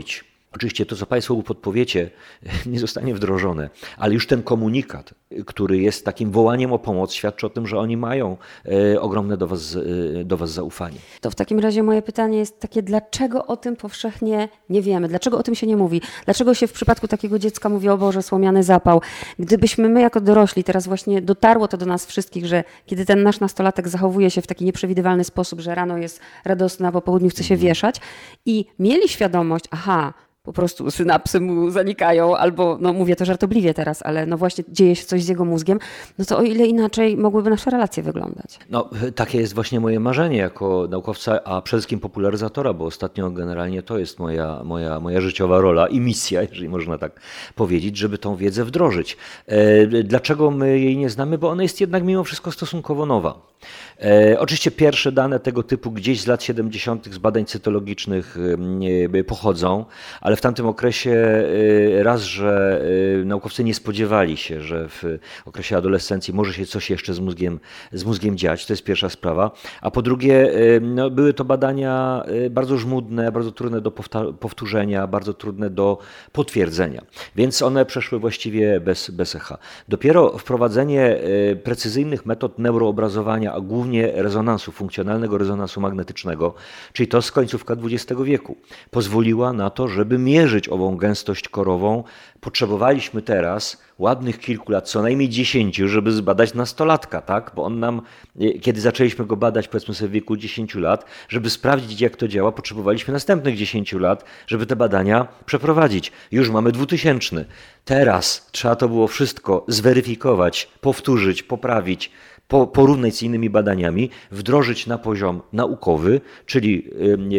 Oczywiście to, co Państwo mu podpowiecie, nie zostanie wdrożone, ale już ten komunikat, który jest takim wołaniem o pomoc, świadczy o tym, że oni mają e, ogromne do was, e, do was zaufanie. To w takim razie moje pytanie jest takie, dlaczego o tym powszechnie nie wiemy? Dlaczego o tym się nie mówi? Dlaczego się w przypadku takiego dziecka mówi, o Boże, słomiany zapał? Gdybyśmy my jako dorośli, teraz właśnie dotarło to do nas wszystkich, że kiedy ten nasz nastolatek zachowuje się w taki nieprzewidywalny sposób, że rano jest radosny, a po południu chce się mhm. wieszać i mieli świadomość, aha, po prostu synapsy mu zanikają, albo, no mówię to żartobliwie teraz, ale no właśnie dzieje się coś z jego mózgiem, no to o ile inaczej mogłyby nasze relacje wyglądać? No takie jest właśnie moje marzenie jako naukowca, a przede wszystkim popularyzatora, bo ostatnio generalnie to jest moja, moja, moja życiowa rola i misja, jeżeli można tak powiedzieć, żeby tą wiedzę wdrożyć. Dlaczego my jej nie znamy? Bo ona jest jednak mimo wszystko stosunkowo nowa. E, oczywiście pierwsze dane tego typu gdzieś z lat siedemdziesiątych z badań cytologicznych e, pochodzą, ale w tamtym okresie e, raz, że e, naukowcy nie spodziewali się, że w okresie adolescencji może się coś jeszcze z mózgiem, z mózgiem dziać, to jest pierwsza sprawa, a po drugie e, no, były to badania e, bardzo żmudne, bardzo trudne do powtórzenia, bardzo trudne do potwierdzenia, więc one przeszły właściwie bez, bez echa. Dopiero wprowadzenie e, precyzyjnych metod neuroobrazowania, a głównie rezonansu, funkcjonalnego rezonansu magnetycznego, czyli to z końcówka dwudziestego wieku, pozwoliła na to, żeby mierzyć ową gęstość korową. Potrzebowaliśmy teraz ładnych kilku lat, co najmniej dziesięciu, żeby zbadać nastolatka, tak? Bo on nam, kiedy zaczęliśmy go badać, powiedzmy sobie w wieku dziesięciu lat, żeby sprawdzić, jak to działa, potrzebowaliśmy następnych dziesięciu lat, żeby te badania przeprowadzić. Już mamy dwutysięczny. Teraz trzeba to było wszystko zweryfikować, powtórzyć, poprawić, porównać z innymi badaniami, wdrożyć na poziom naukowy, czyli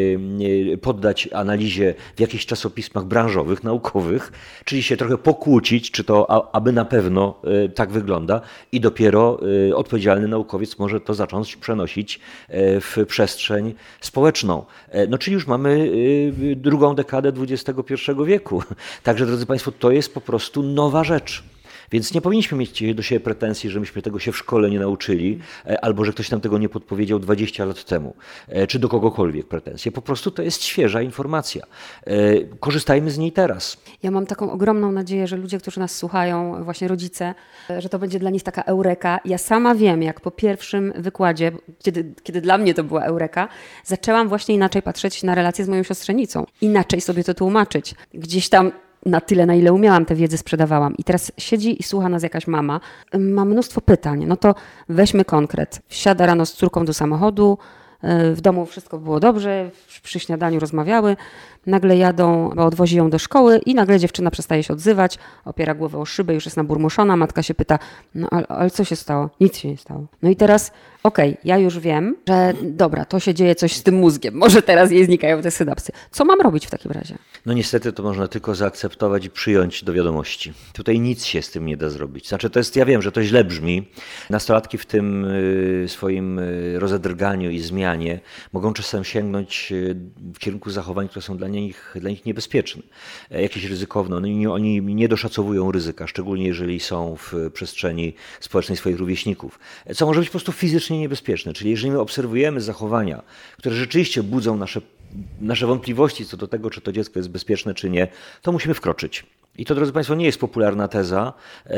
poddać analizie w jakichś czasopismach branżowych, naukowych, czyli się trochę pokłócić, czy to aby na pewno tak wygląda i dopiero odpowiedzialny naukowiec może to zacząć przenosić w przestrzeń społeczną. No czyli już mamy drugą dekadę dwudziestego pierwszego wieku. Także, drodzy Państwo, to jest po prostu nowa rzecz. Więc nie powinniśmy mieć do siebie pretensji, że myśmy tego się w szkole nie nauczyli, albo że ktoś nam tego nie podpowiedział dwadzieścia lat temu, czy do kogokolwiek pretensje. Po prostu to jest świeża informacja. Korzystajmy z niej teraz. Ja mam taką ogromną nadzieję, że ludzie, którzy nas słuchają, właśnie rodzice, że to będzie dla nich taka eureka. Ja sama wiem, jak po pierwszym wykładzie, kiedy, kiedy dla mnie to była eureka, zaczęłam właśnie inaczej patrzeć na relacje z moją siostrzenicą. Inaczej sobie to tłumaczyć. Gdzieś tam na tyle, na ile umiałam, tę wiedzę sprzedawałam. I teraz siedzi i słucha nas jakaś mama. Ma mnóstwo pytań. No to weźmy konkret. Wsiada rano z córką do samochodu, w domu wszystko było dobrze, przy śniadaniu rozmawiały, nagle jadą, bo odwozi ją do szkoły i nagle dziewczyna przestaje się odzywać, opiera głowę o szybę, już jest naburmuszona, matka się pyta, no ale, ale co się stało? Nic się nie stało. No i teraz, okej, okay, ja już wiem, że dobra, to się dzieje coś z tym mózgiem, może teraz jej znikają te synapsy. Co mam robić w takim razie? No niestety to można tylko zaakceptować i przyjąć do wiadomości. Tutaj nic się z tym nie da zrobić. Znaczy to jest, ja wiem, że to źle brzmi. Nastolatki w tym swoim rozedrganiu i zmianie mogą czasem sięgnąć w kierunku zachowań, które są dla nich, dla nich niebezpieczne, jakieś ryzykowne. Oni, oni nie doszacowują ryzyka, szczególnie jeżeli są w przestrzeni społecznej swoich rówieśników, co może być po prostu fizycznie niebezpieczne. Czyli jeżeli my obserwujemy zachowania, które rzeczywiście budzą nasze, nasze wątpliwości co do tego, czy to dziecko jest bezpieczne, czy nie, to musimy wkroczyć. I to, drodzy Państwo, nie jest popularna teza,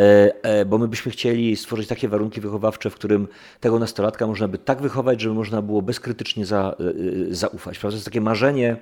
bo my byśmy chcieli stworzyć takie warunki wychowawcze, w którym tego nastolatka można by tak wychować, żeby można było bezkrytycznie za, zaufać. Prawda? To jest takie marzenie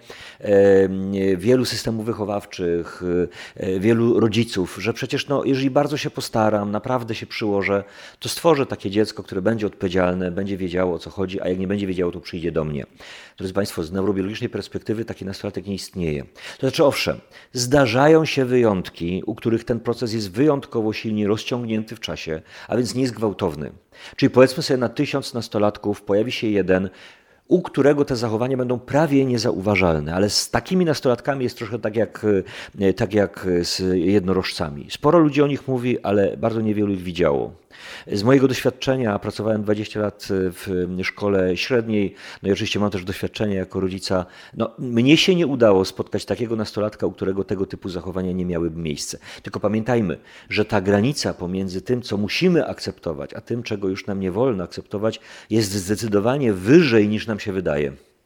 wielu systemów wychowawczych, wielu rodziców, że przecież no, jeżeli bardzo się postaram, naprawdę się przyłożę, to stworzę takie dziecko, które będzie odpowiedzialne, będzie wiedziało, o co chodzi, a jak nie będzie wiedziało, to przyjdzie do mnie. Drodzy Państwo, z neurobiologicznej perspektywy taki nastolatek nie istnieje. To znaczy, owszem, zdarzają się wyjątki, u których ten proces jest wyjątkowo silnie rozciągnięty w czasie, a więc nie jest gwałtowny. Czyli powiedzmy sobie, na tysiąc nastolatków pojawi się jeden, u którego te zachowania będą prawie niezauważalne, ale z takimi nastolatkami jest trochę tak jak, tak jak z jednorożcami. Sporo ludzi o nich mówi, ale bardzo niewielu ich widziało. Z mojego doświadczenia, pracowałem dwadzieścia lat w szkole średniej, no i oczywiście mam też doświadczenie jako rodzica. No, mnie się nie udało spotkać takiego nastolatka, u którego tego typu zachowania nie miałyby miejsca. Tylko pamiętajmy, że ta granica pomiędzy tym, co musimy akceptować, a tym, czego już nam nie wolno akceptować, jest zdecydowanie wyżej niż nam się wydaje.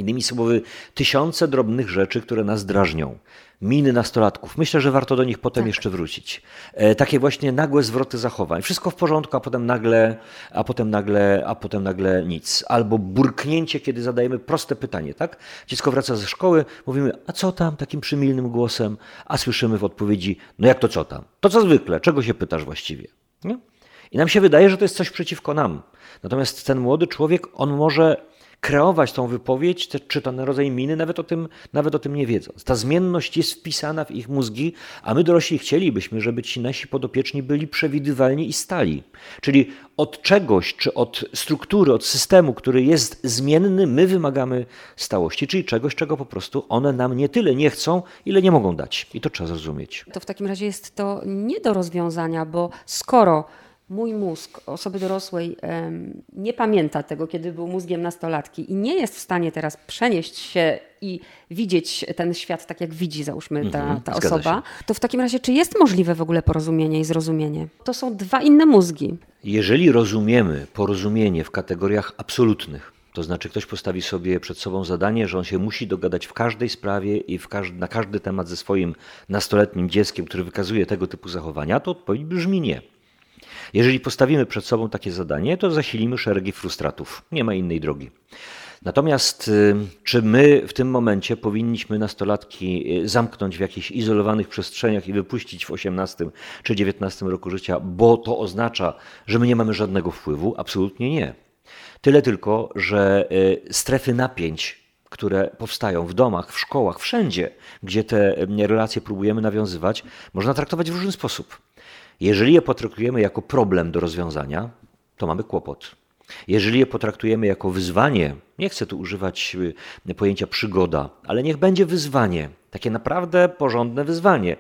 Innymi słowy, tysiące drobnych rzeczy, które nas drażnią. Miny nastolatków. Myślę, że warto do nich potem tak. jeszcze wrócić. E, takie właśnie nagłe zwroty zachowań. Wszystko w porządku, a potem nagle, a potem nagle, a potem nagle nic. Albo burknięcie, kiedy zadajemy proste pytanie, tak? Dziecko wraca ze szkoły, mówimy, a co tam? Takim przymilnym głosem, a słyszymy w odpowiedzi, no jak to co tam? To co zwykle, czego się pytasz właściwie? Nie? I nam się wydaje, że to jest coś przeciwko nam. Natomiast ten młody człowiek, on może kreować tą wypowiedź, te, czy ten rodzaj miny, nawet o, tym, nawet o tym nie wiedząc. Ta zmienność jest wpisana w ich mózgi, a my dorośli chcielibyśmy, żeby ci nasi podopieczni byli przewidywalni i stali. Czyli od czegoś, czy od struktury, od systemu, który jest zmienny, my wymagamy stałości, czyli czegoś, czego po prostu one nam nie tyle nie chcą, ile nie mogą dać. I to trzeba zrozumieć. To w takim razie jest to nie do rozwiązania, bo skoro mój mózg osoby dorosłej um, nie pamięta tego, kiedy był mózgiem nastolatki i nie jest w stanie teraz przenieść się i widzieć ten świat tak, jak widzi, załóżmy, ta, Mhm, ta zgadza osoba, się. to w takim razie czy jest możliwe w ogóle porozumienie i zrozumienie? To są dwa inne mózgi. Jeżeli rozumiemy porozumienie w kategoriach absolutnych, to znaczy ktoś postawi sobie przed sobą zadanie, że on się musi dogadać w każdej sprawie i w każdy, na każdy temat ze swoim nastoletnim dzieckiem, który wykazuje tego typu zachowania, to odpowiedź brzmi nie. Jeżeli postawimy przed sobą takie zadanie, to zasilimy szeregi frustratów. Nie ma innej drogi. Natomiast czy my w tym momencie powinniśmy nastolatki zamknąć w jakichś izolowanych przestrzeniach i wypuścić w osiemnastym czy dziewiętnastym roku życia, bo to oznacza, że my nie mamy żadnego wpływu? Absolutnie nie. Tyle tylko, że strefy napięć, które powstają w domach, w szkołach, wszędzie, gdzie te relacje próbujemy nawiązywać, można traktować w różny sposób. Jeżeli je potraktujemy jako problem do rozwiązania, to mamy kłopot. Jeżeli je potraktujemy jako wyzwanie, nie chcę tu używać pojęcia przygoda, ale niech będzie wyzwanie, takie naprawdę porządne wyzwanie,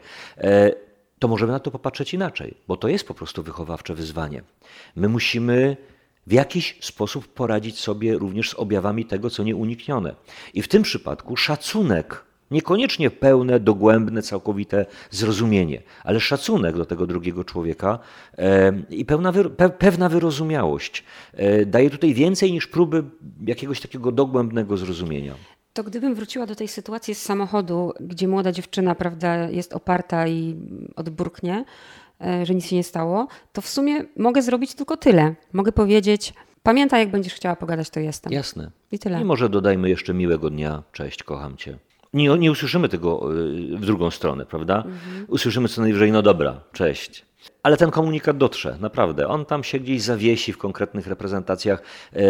to możemy na to popatrzeć inaczej, bo to jest po prostu wychowawcze wyzwanie. My musimy w jakiś sposób poradzić sobie również z objawami tego, co nieuniknione. I w tym przypadku szacunek, niekoniecznie pełne, dogłębne, całkowite zrozumienie, ale szacunek do tego drugiego człowieka e, i pełna, pe, pewna wyrozumiałość e, daje tutaj więcej niż próby jakiegoś takiego dogłębnego zrozumienia. To gdybym wróciła do tej sytuacji z samochodu, gdzie młoda dziewczyna, prawda, jest oparta i odburknie, e, że nic się nie stało, to w sumie mogę zrobić tylko tyle. Mogę powiedzieć, pamiętaj, jak będziesz chciała pogadać, to jestem. Jasne. I tyle. I może dodajmy jeszcze miłego dnia, cześć, kocham cię. Nie, nie usłyszymy tego w drugą stronę, prawda? Mhm. Usłyszymy co najwyżej, no dobra, cześć. Ale ten komunikat dotrze, naprawdę. On tam się gdzieś zawiesi w konkretnych reprezentacjach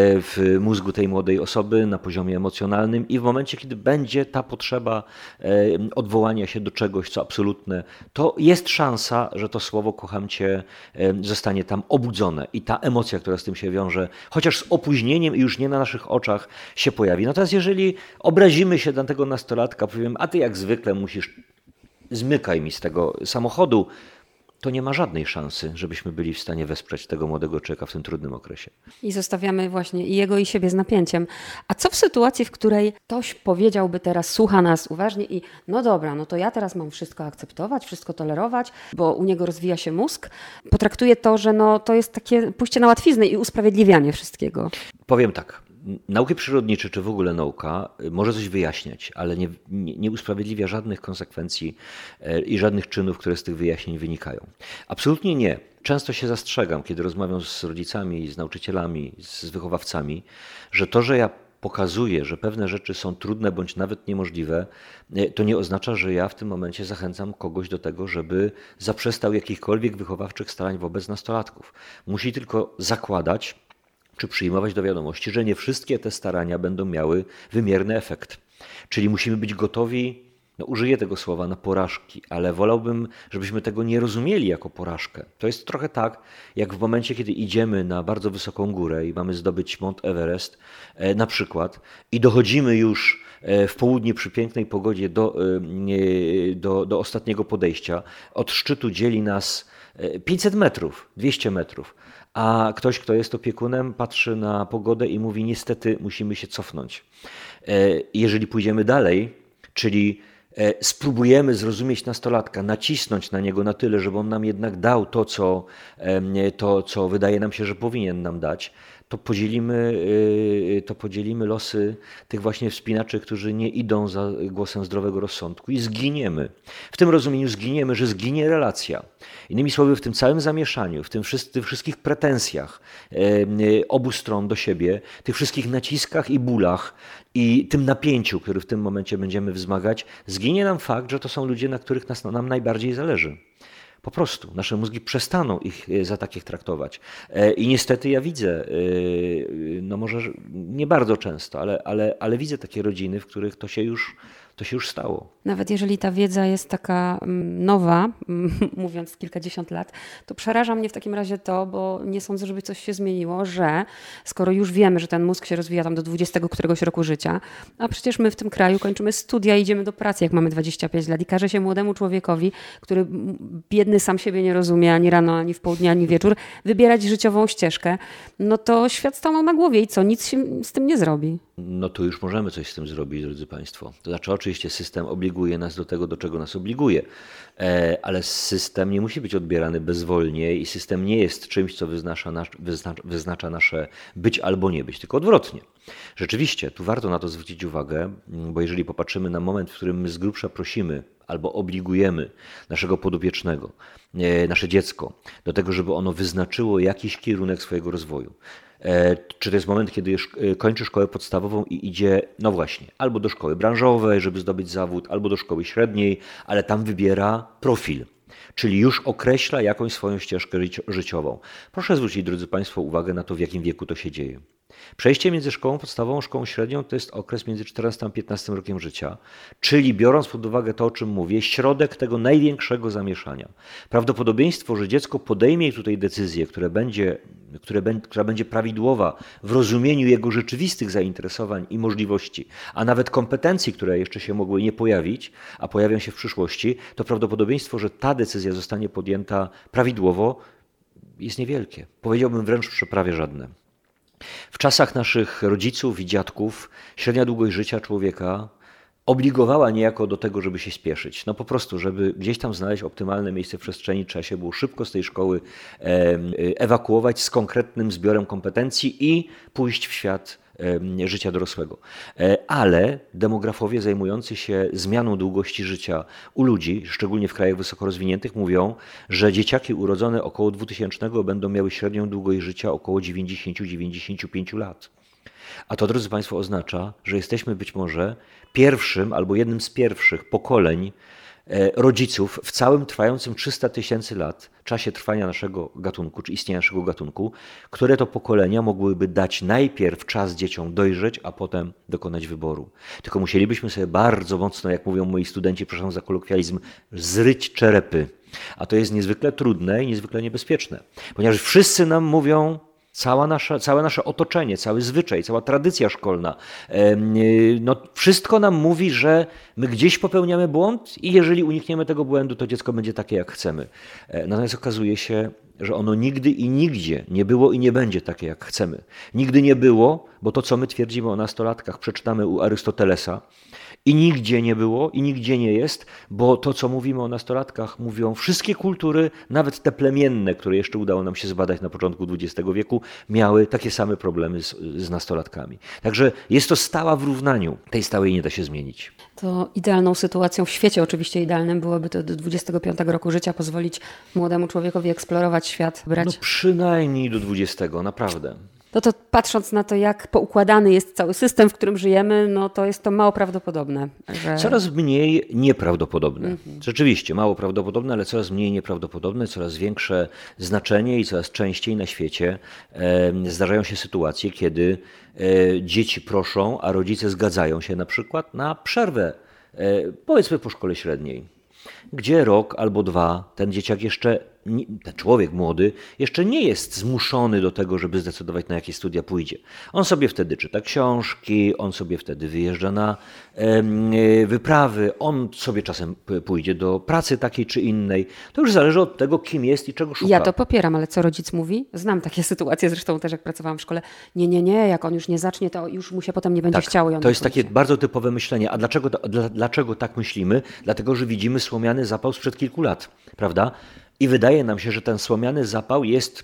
w mózgu tej młodej osoby na poziomie emocjonalnym i w momencie, kiedy będzie ta potrzeba odwołania się do czegoś, co absolutne, to jest szansa, że to słowo kocham cię zostanie tam obudzone i ta emocja, która z tym się wiąże, chociaż z opóźnieniem i już nie na naszych oczach się pojawi. Natomiast jeżeli obrazimy się na tego nastolatka, powiem, a ty jak zwykle musisz, zmykaj mi z tego samochodu, to nie ma żadnej szansy, żebyśmy byli w stanie wesprzeć tego młodego człowieka w tym trudnym okresie. I zostawiamy właśnie i jego, i siebie z napięciem. A co w sytuacji, w której ktoś powiedziałby teraz, słucha nas uważnie i no dobra, no to ja teraz mam wszystko akceptować, wszystko tolerować, bo u niego rozwija się mózg. Potraktuje to, że no to jest takie pójście na łatwiznę i usprawiedliwianie wszystkiego. Powiem tak. Nauki przyrodnicze, czy w ogóle nauka, może coś wyjaśniać, ale nie, nie, nie usprawiedliwia żadnych konsekwencji i żadnych czynów, które z tych wyjaśnień wynikają. Absolutnie nie. Często się zastrzegam, kiedy rozmawiam z rodzicami, z nauczycielami, z wychowawcami, że to, że ja pokazuję, że pewne rzeczy są trudne bądź nawet niemożliwe, to nie oznacza, że ja w tym momencie zachęcam kogoś do tego, żeby zaprzestał jakichkolwiek wychowawczych starań wobec nastolatków. Musi tylko zakładać, czy przyjmować do wiadomości, że nie wszystkie te starania będą miały wymierny efekt. Czyli musimy być gotowi, no użyję tego słowa, na porażki, ale wolałbym, żebyśmy tego nie rozumieli jako porażkę. To jest trochę tak, jak w momencie, kiedy idziemy na bardzo wysoką górę i mamy zdobyć Mount Everest na przykład i dochodzimy już w południe przy pięknej pogodzie do, do, do ostatniego podejścia. Od szczytu dzieli nas pięćset metrów, dwieście metrów. A ktoś, kto jest opiekunem, patrzy na pogodę i mówi, niestety musimy się cofnąć. Jeżeli pójdziemy dalej, czyli spróbujemy zrozumieć nastolatka, nacisnąć na niego na tyle, żeby on nam jednak dał to, co, to, co wydaje nam się, że powinien nam dać, to podzielimy, to podzielimy losy tych właśnie wspinaczy, którzy nie idą za głosem zdrowego rozsądku i zginiemy. W tym rozumieniu zginiemy, że zginie relacja. Innymi słowy, w tym całym zamieszaniu, w tym tych wszystkich pretensjach obu stron do siebie, tych wszystkich naciskach i bólach i tym napięciu, który w tym momencie będziemy wzmagać, zginie nam fakt, że to są ludzie, na których nas, nam najbardziej zależy. Po prostu nasze mózgi przestaną ich za takich traktować. I niestety ja widzę, no może nie bardzo często, ale, ale, ale widzę takie rodziny, w których to się już, to się już stało. Nawet jeżeli ta wiedza jest taka nowa, mówiąc kilkadziesiąt lat, to przeraża mnie w takim razie to, bo nie sądzę, żeby coś się zmieniło, że skoro już wiemy, że ten mózg się rozwija tam do dwudziestego któregoś roku życia, a przecież my w tym kraju kończymy studia, idziemy do pracy, jak mamy dwadzieścia pięć lat i każe się młodemu człowiekowi, który biedny sam siebie nie rozumie, ani rano, ani w południe, ani wieczór, wybierać życiową ścieżkę, no to świat stanął na głowie i co? Nic się z tym nie zrobi. No to już możemy coś z tym zrobić, drodzy Państwo. To znaczy oczywiście system obliguje nas do tego, do czego nas obliguje, ale system nie musi być odbierany bezwolnie i system nie jest czymś, co wyznacza, nasz, wyznacza, wyznacza nasze być albo nie być, tylko odwrotnie. Rzeczywiście, tu warto na to zwrócić uwagę, bo jeżeli popatrzymy na moment, w którym my z grubsza prosimy albo obligujemy naszego podopiecznego, nasze dziecko do tego, żeby ono wyznaczyło jakiś kierunek swojego rozwoju, czy to jest moment, kiedy już kończy szkołę podstawową i idzie, no właśnie, albo do szkoły branżowej, żeby zdobyć zawód, albo do szkoły średniej, ale tam wybiera profil, czyli już określa jakąś swoją ścieżkę życiową. Proszę zwrócić, drodzy Państwo, uwagę na to, w jakim wieku to się dzieje. Przejście między szkołą podstawową a szkołą średnią to jest okres między czternastym a piętnastym rokiem życia, czyli biorąc pod uwagę to, o czym mówię, środek tego największego zamieszania. Prawdopodobieństwo, że dziecko podejmie tutaj decyzję, która będzie, które, która będzie prawidłowa w rozumieniu jego rzeczywistych zainteresowań i możliwości, a nawet kompetencji, które jeszcze się mogły nie pojawić, a pojawią się w przyszłości, to prawdopodobieństwo, że ta decyzja zostanie podjęta prawidłowo, jest niewielkie. Powiedziałbym wręcz, że prawie żadne. W czasach naszych rodziców i dziadków średnia długość życia człowieka obligowała niejako do tego, żeby się spieszyć. No po prostu, żeby gdzieś tam znaleźć optymalne miejsce w przestrzeni, trzeba się było szybko z tej szkoły ewakuować z konkretnym zbiorem kompetencji i pójść w świat życia dorosłego. Ale demografowie zajmujący się zmianą długości życia u ludzi, szczególnie w krajach wysoko rozwiniętych, mówią, że dzieciaki urodzone około dwutysięcznego będą miały średnią długość życia około dziewięćdziesiąt do dziewięćdziesięciu pięciu lat. A to, drodzy Państwo, oznacza, że jesteśmy być może pierwszym albo jednym z pierwszych pokoleń rodziców w całym trwającym trzysta tysięcy lat czasie trwania naszego gatunku, czy istnienia naszego gatunku, które to pokolenia mogłyby dać najpierw czas dzieciom dojrzeć, a potem dokonać wyboru. Tylko musielibyśmy sobie bardzo mocno, jak mówią moi studenci, przepraszam za kolokwializm, zryć czerepy. A to jest niezwykle trudne i niezwykle niebezpieczne, ponieważ wszyscy nam mówią, Cała nasza, całe nasze otoczenie, cały zwyczaj, cała tradycja szkolna, no wszystko nam mówi, że my gdzieś popełniamy błąd i jeżeli unikniemy tego błędu, to dziecko będzie takie, jak chcemy. Natomiast okazuje się, że ono nigdy i nigdzie nie było i nie będzie takie, jak chcemy. Nigdy nie było, bo to, co my twierdzimy o nastolatkach, przeczytamy u Arystotelesa, i nigdzie nie było i nigdzie nie jest, bo to, co mówimy o nastolatkach, mówią wszystkie kultury, nawet te plemienne, które jeszcze udało nam się zbadać na początku dwudziestego wieku, miały takie same problemy z, z nastolatkami. Także jest to stała w równaniu. Tej stałej nie da się zmienić. To idealną sytuacją w świecie, oczywiście idealnym, byłoby to do dwudziestego piątego roku życia pozwolić młodemu człowiekowi eksplorować świat, brać... No przynajmniej do dwudziestego, naprawdę. No to patrząc na to, jak poukładany jest cały system, w którym żyjemy, no to jest to mało prawdopodobne. Że... Coraz mniej nieprawdopodobne. Mhm. Rzeczywiście mało prawdopodobne, ale coraz mniej nieprawdopodobne, coraz większe znaczenie i coraz częściej na świecie e, zdarzają się sytuacje, kiedy e, dzieci proszą, a rodzice zgadzają się na przykład na przerwę, e, powiedzmy po szkole średniej, gdzie rok albo dwa ten dzieciak jeszcze, ten człowiek młody jeszcze nie jest zmuszony do tego, żeby zdecydować, na jakie studia pójdzie. On sobie wtedy czyta książki, on sobie wtedy wyjeżdża na wyprawy, on sobie czasem pójdzie do pracy takiej czy innej. To już zależy od tego, kim jest i czego szuka. Ja to popieram, ale co rodzic mówi? Znam takie sytuacje, zresztą też jak pracowałam w szkole. Nie, nie, nie, jak on już nie zacznie, to już mu się potem nie będzie tak, chciało. I on to jest takie bardzo typowe myślenie. A dlaczego, dlaczego tak myślimy? Dlatego, że widzimy słomiany zapał sprzed kilku lat, prawda? I wydaje nam się, że ten słomiany zapał jest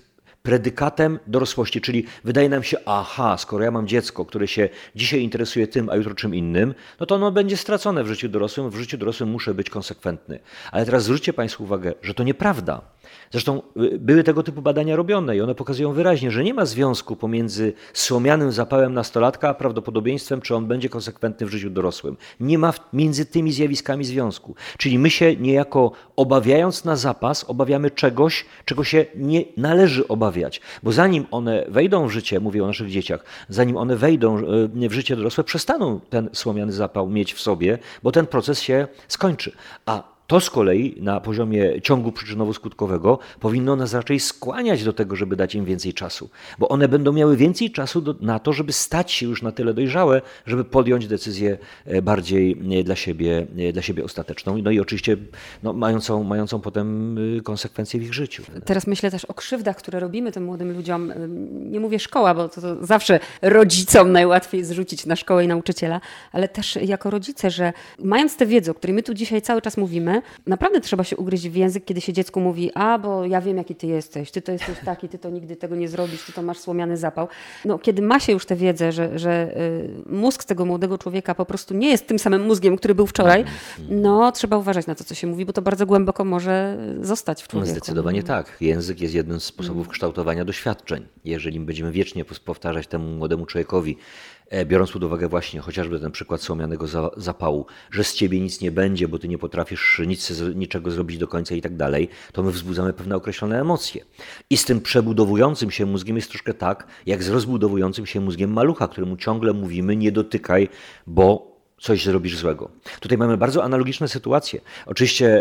predykatem dorosłości, czyli wydaje nam się, aha, skoro ja mam dziecko, które się dzisiaj interesuje tym, a jutro czym innym, no to ono będzie stracone w życiu dorosłym, w życiu dorosłym muszę być konsekwentny. Ale teraz zwróćcie Państwo uwagę, że to nieprawda. Zresztą były tego typu badania robione i one pokazują wyraźnie, że nie ma związku pomiędzy słomianym zapałem nastolatka a prawdopodobieństwem, czy on będzie konsekwentny w życiu dorosłym. Nie ma między tymi zjawiskami związku. Czyli my się niejako obawiając na zapas, obawiamy czegoś, czego się nie należy obawiać. Bo zanim one wejdą w życie, mówię o naszych dzieciach, zanim one wejdą w życie dorosłe, przestaną ten słomiany zapał mieć w sobie, bo ten proces się skończy. A to z kolei na poziomie ciągu przyczynowo-skutkowego powinno nas raczej skłaniać do tego, żeby dać im więcej czasu, bo one będą miały więcej czasu do, na to, żeby stać się już na tyle dojrzałe, żeby podjąć decyzję bardziej dla siebie, dla siebie ostateczną, no i oczywiście no, mającą, mającą potem konsekwencje w ich życiu. Teraz myślę też o krzywdach, które robimy tym młodym ludziom. Nie mówię szkoła, bo to, to zawsze rodzicom najłatwiej zrzucić na szkołę i nauczyciela, ale też jako rodzice, że mając tę wiedzę, o której my tu dzisiaj cały czas mówimy, naprawdę trzeba się ugryźć w język, kiedy się dziecku mówi, a bo ja wiem, jaki ty jesteś, ty to jesteś taki, ty to nigdy tego nie zrobisz, ty to masz słomiany zapał. No, kiedy ma się już tę wiedzę, że, że mózg tego młodego człowieka po prostu nie jest tym samym mózgiem, który był wczoraj, no trzeba uważać na to, co się mówi, bo to bardzo głęboko może zostać w człowieku. Zdecydowanie tak. Język jest jednym z sposobów kształtowania doświadczeń. Jeżeli będziemy wiecznie powtarzać temu młodemu człowiekowi, biorąc pod uwagę właśnie chociażby ten przykład słomianego zapału, że z ciebie nic nie będzie, bo ty nie potrafisz nic, niczego zrobić do końca i tak dalej, to my wzbudzamy pewne określone emocje. I z tym przebudowującym się mózgiem jest troszkę tak, jak z rozbudowującym się mózgiem malucha, któremu ciągle mówimy nie dotykaj, bo coś zrobisz złego. Tutaj mamy bardzo analogiczne sytuacje. Oczywiście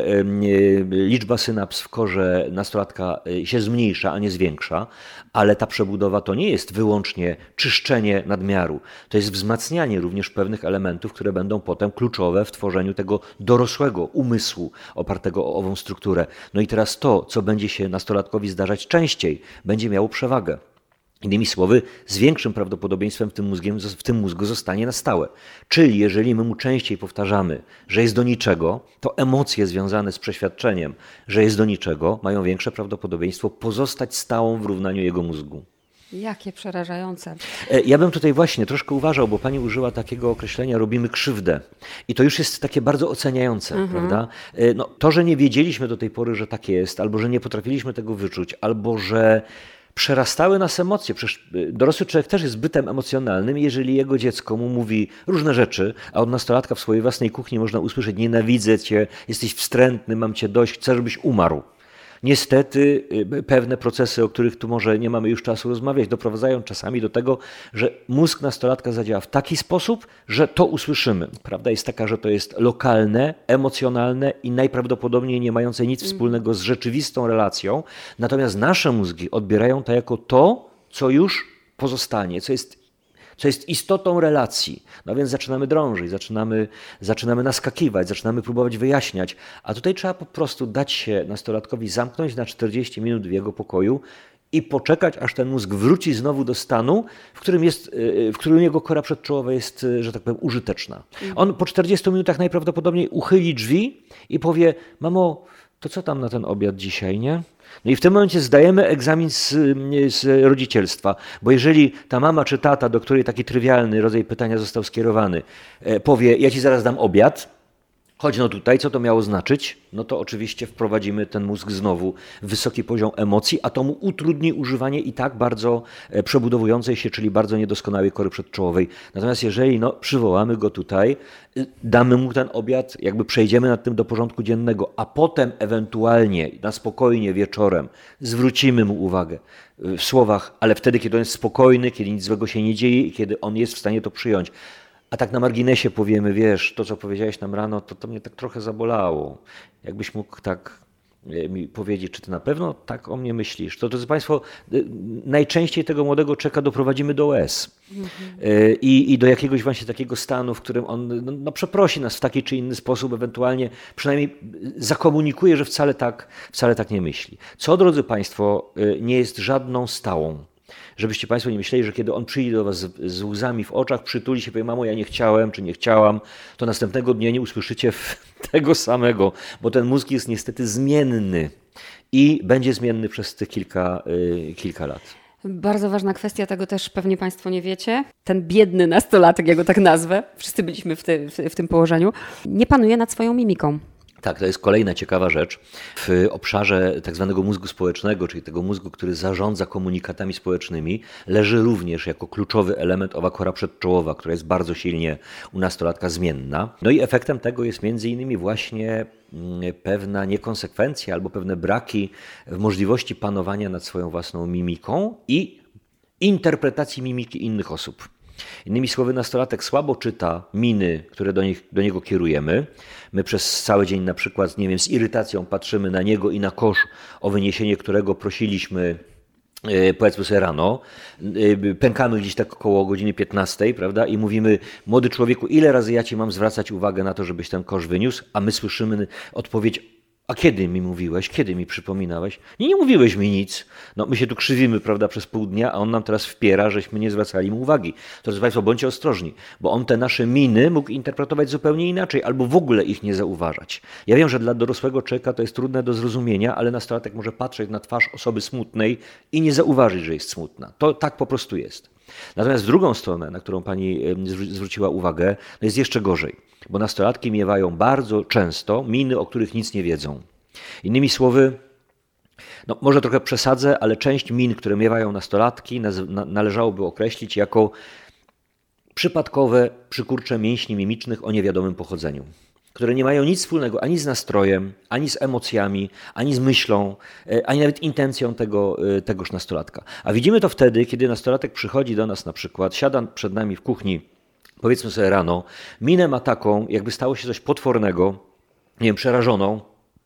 liczba synaps w korze nastolatka się zmniejsza, a nie zwiększa, ale ta przebudowa to nie jest wyłącznie czyszczenie nadmiaru. To jest wzmacnianie również pewnych elementów, które będą potem kluczowe w tworzeniu tego dorosłego umysłu opartego o ową strukturę. No i teraz to, co będzie się nastolatkowi zdarzać częściej, będzie miało przewagę. Innymi słowy, z większym prawdopodobieństwem w tym, mózgiem, w tym mózgu zostanie na stałe. Czyli jeżeli my mu częściej powtarzamy, że jest do niczego, to emocje związane z przeświadczeniem, że jest do niczego, mają większe prawdopodobieństwo pozostać stałą w równaniu jego mózgu. Jakie przerażające. Ja bym tutaj właśnie troszkę uważał, bo pani użyła takiego określenia robimy krzywdę. I to już jest takie bardzo oceniające, mhm. prawda? No, to, że nie wiedzieliśmy do tej pory, że tak jest, albo że nie potrafiliśmy tego wyczuć, albo że przerastały nas emocje. Przecież dorosły człowiek też jest bytem emocjonalnym. Jeżeli jego dziecko mu mówi różne rzeczy, a od nastolatka w swojej własnej kuchni można usłyszeć nienawidzę cię, jesteś wstrętny, mam cię dość, chcę, żebyś umarł. Niestety pewne procesy, o których tu może nie mamy już czasu rozmawiać, doprowadzają czasami do tego, że mózg nastolatka zadziała w taki sposób, że to usłyszymy. Prawda jest taka, że to jest lokalne, emocjonalne i najprawdopodobniej nie mające nic wspólnego z rzeczywistą relacją. Natomiast nasze mózgi odbierają to jako to, co już pozostanie, co jest co jest istotą relacji. No więc zaczynamy drążyć, zaczynamy, zaczynamy naskakiwać, zaczynamy próbować wyjaśniać, a tutaj trzeba po prostu dać się nastolatkowi zamknąć na czterdzieści minut w jego pokoju i poczekać, aż ten mózg wróci znowu do stanu, w którym, jest, w którym jego kora przedczołowa jest, że tak powiem, użyteczna. On po czterdziestu minutach najprawdopodobniej uchyli drzwi i powie, mamo, to co tam na ten obiad dzisiaj, nie? No i w tym momencie zdajemy egzamin z, z rodzicielstwa, bo jeżeli ta mama czy tata, do której taki trywialny rodzaj pytania został skierowany, powie, ja ci zaraz dam obiad, chodź no tutaj, co to miało znaczyć? No to oczywiście wprowadzimy ten mózg znowu w wysoki poziom emocji, a to mu utrudni używanie i tak bardzo przebudowującej się, czyli bardzo niedoskonałej kory przedczołowej. Natomiast jeżeli no, przywołamy go tutaj, damy mu ten obiad, jakby przejdziemy nad tym do porządku dziennego, a potem ewentualnie na spokojnie wieczorem zwrócimy mu uwagę w słowach, ale wtedy, kiedy on jest spokojny, kiedy nic złego się nie dzieje i kiedy on jest w stanie to przyjąć. A tak na marginesie powiemy, wiesz, to co powiedziałeś nam rano, to, to mnie tak trochę zabolało. Jakbyś mógł tak mi powiedzieć, czy ty na pewno tak o mnie myślisz? To, drodzy Państwo, najczęściej tego młodego człowieka doprowadzimy do łez. Mhm. I, I do jakiegoś właśnie takiego stanu, w którym on no, no, przeprosi nas w taki czy inny sposób, ewentualnie przynajmniej zakomunikuje, że wcale tak, wcale tak nie myśli. Co, drodzy Państwo, nie jest żadną stałą. Żebyście Państwo nie myśleli, że kiedy on przyjdzie do Was z, z łzami w oczach, przytuli się, powie, mamo, ja nie chciałem, czy nie chciałam, to następnego dnia nie usłyszycie tego samego, bo ten mózg jest niestety zmienny. i będzie zmienny przez tych kilka, kilka lat. Bardzo ważna kwestia, tego też pewnie Państwo nie wiecie. Ten biedny nastolatek, ja go tak nazwę, wszyscy byliśmy w, ty, w, w tym położeniu, nie panuje nad swoją mimiką. Tak, to jest kolejna ciekawa rzecz. W obszarze tak zwanego mózgu społecznego, czyli tego mózgu, który zarządza komunikatami społecznymi, leży również jako kluczowy element owa kora przedczołowa, która jest bardzo silnie u nastolatka zmienna. No i efektem tego jest między innymi właśnie pewna niekonsekwencja albo pewne braki w możliwości panowania nad swoją własną mimiką i interpretacji mimiki innych osób. Innymi słowy, nastolatek słabo czyta miny, które do, nich, do niego kierujemy. My przez cały dzień na przykład, nie wiem, z irytacją patrzymy na niego i na kosz, o wyniesienie którego prosiliśmy, powiedzmy sobie rano, pękamy gdzieś tak około godziny piętnastej, prawda, i mówimy: młody człowieku, ile razy ja ci mam zwracać uwagę na to, żebyś ten kosz wyniósł, a my słyszymy odpowiedź: a kiedy mi mówiłeś, kiedy mi przypominałeś? Nie, nie mówiłeś mi nic. No, my się tu krzywimy, prawda, przez pół dnia, a on nam teraz wpiera, żeśmy nie zwracali mu uwagi. To, drodzy Państwo, bądźcie ostrożni, bo on te nasze miny mógł interpretować zupełnie inaczej, albo w ogóle ich nie zauważać. Ja wiem, że dla dorosłego człowieka to jest trudne do zrozumienia, ale nastolatek może patrzeć na twarz osoby smutnej i nie zauważyć, że jest smutna. To tak po prostu jest. Natomiast w drugą stronę, na którą Pani zwróciła uwagę, no jest jeszcze gorzej, bo nastolatki miewają bardzo często miny, o których nic nie wiedzą. Innymi słowy, no może trochę przesadzę, ale część min, które miewają nastolatki, należałoby określić jako przypadkowe przykurcze mięśni mimicznych o niewiadomym pochodzeniu, które nie mają nic wspólnego ani z nastrojem, ani z emocjami, ani z myślą, ani nawet intencją tego, tegoż nastolatka. A widzimy to wtedy, kiedy nastolatek przychodzi do nas na przykład, siada przed nami w kuchni, powiedzmy sobie rano, minę ma taką, jakby stało się coś potwornego, nie wiem, przerażoną,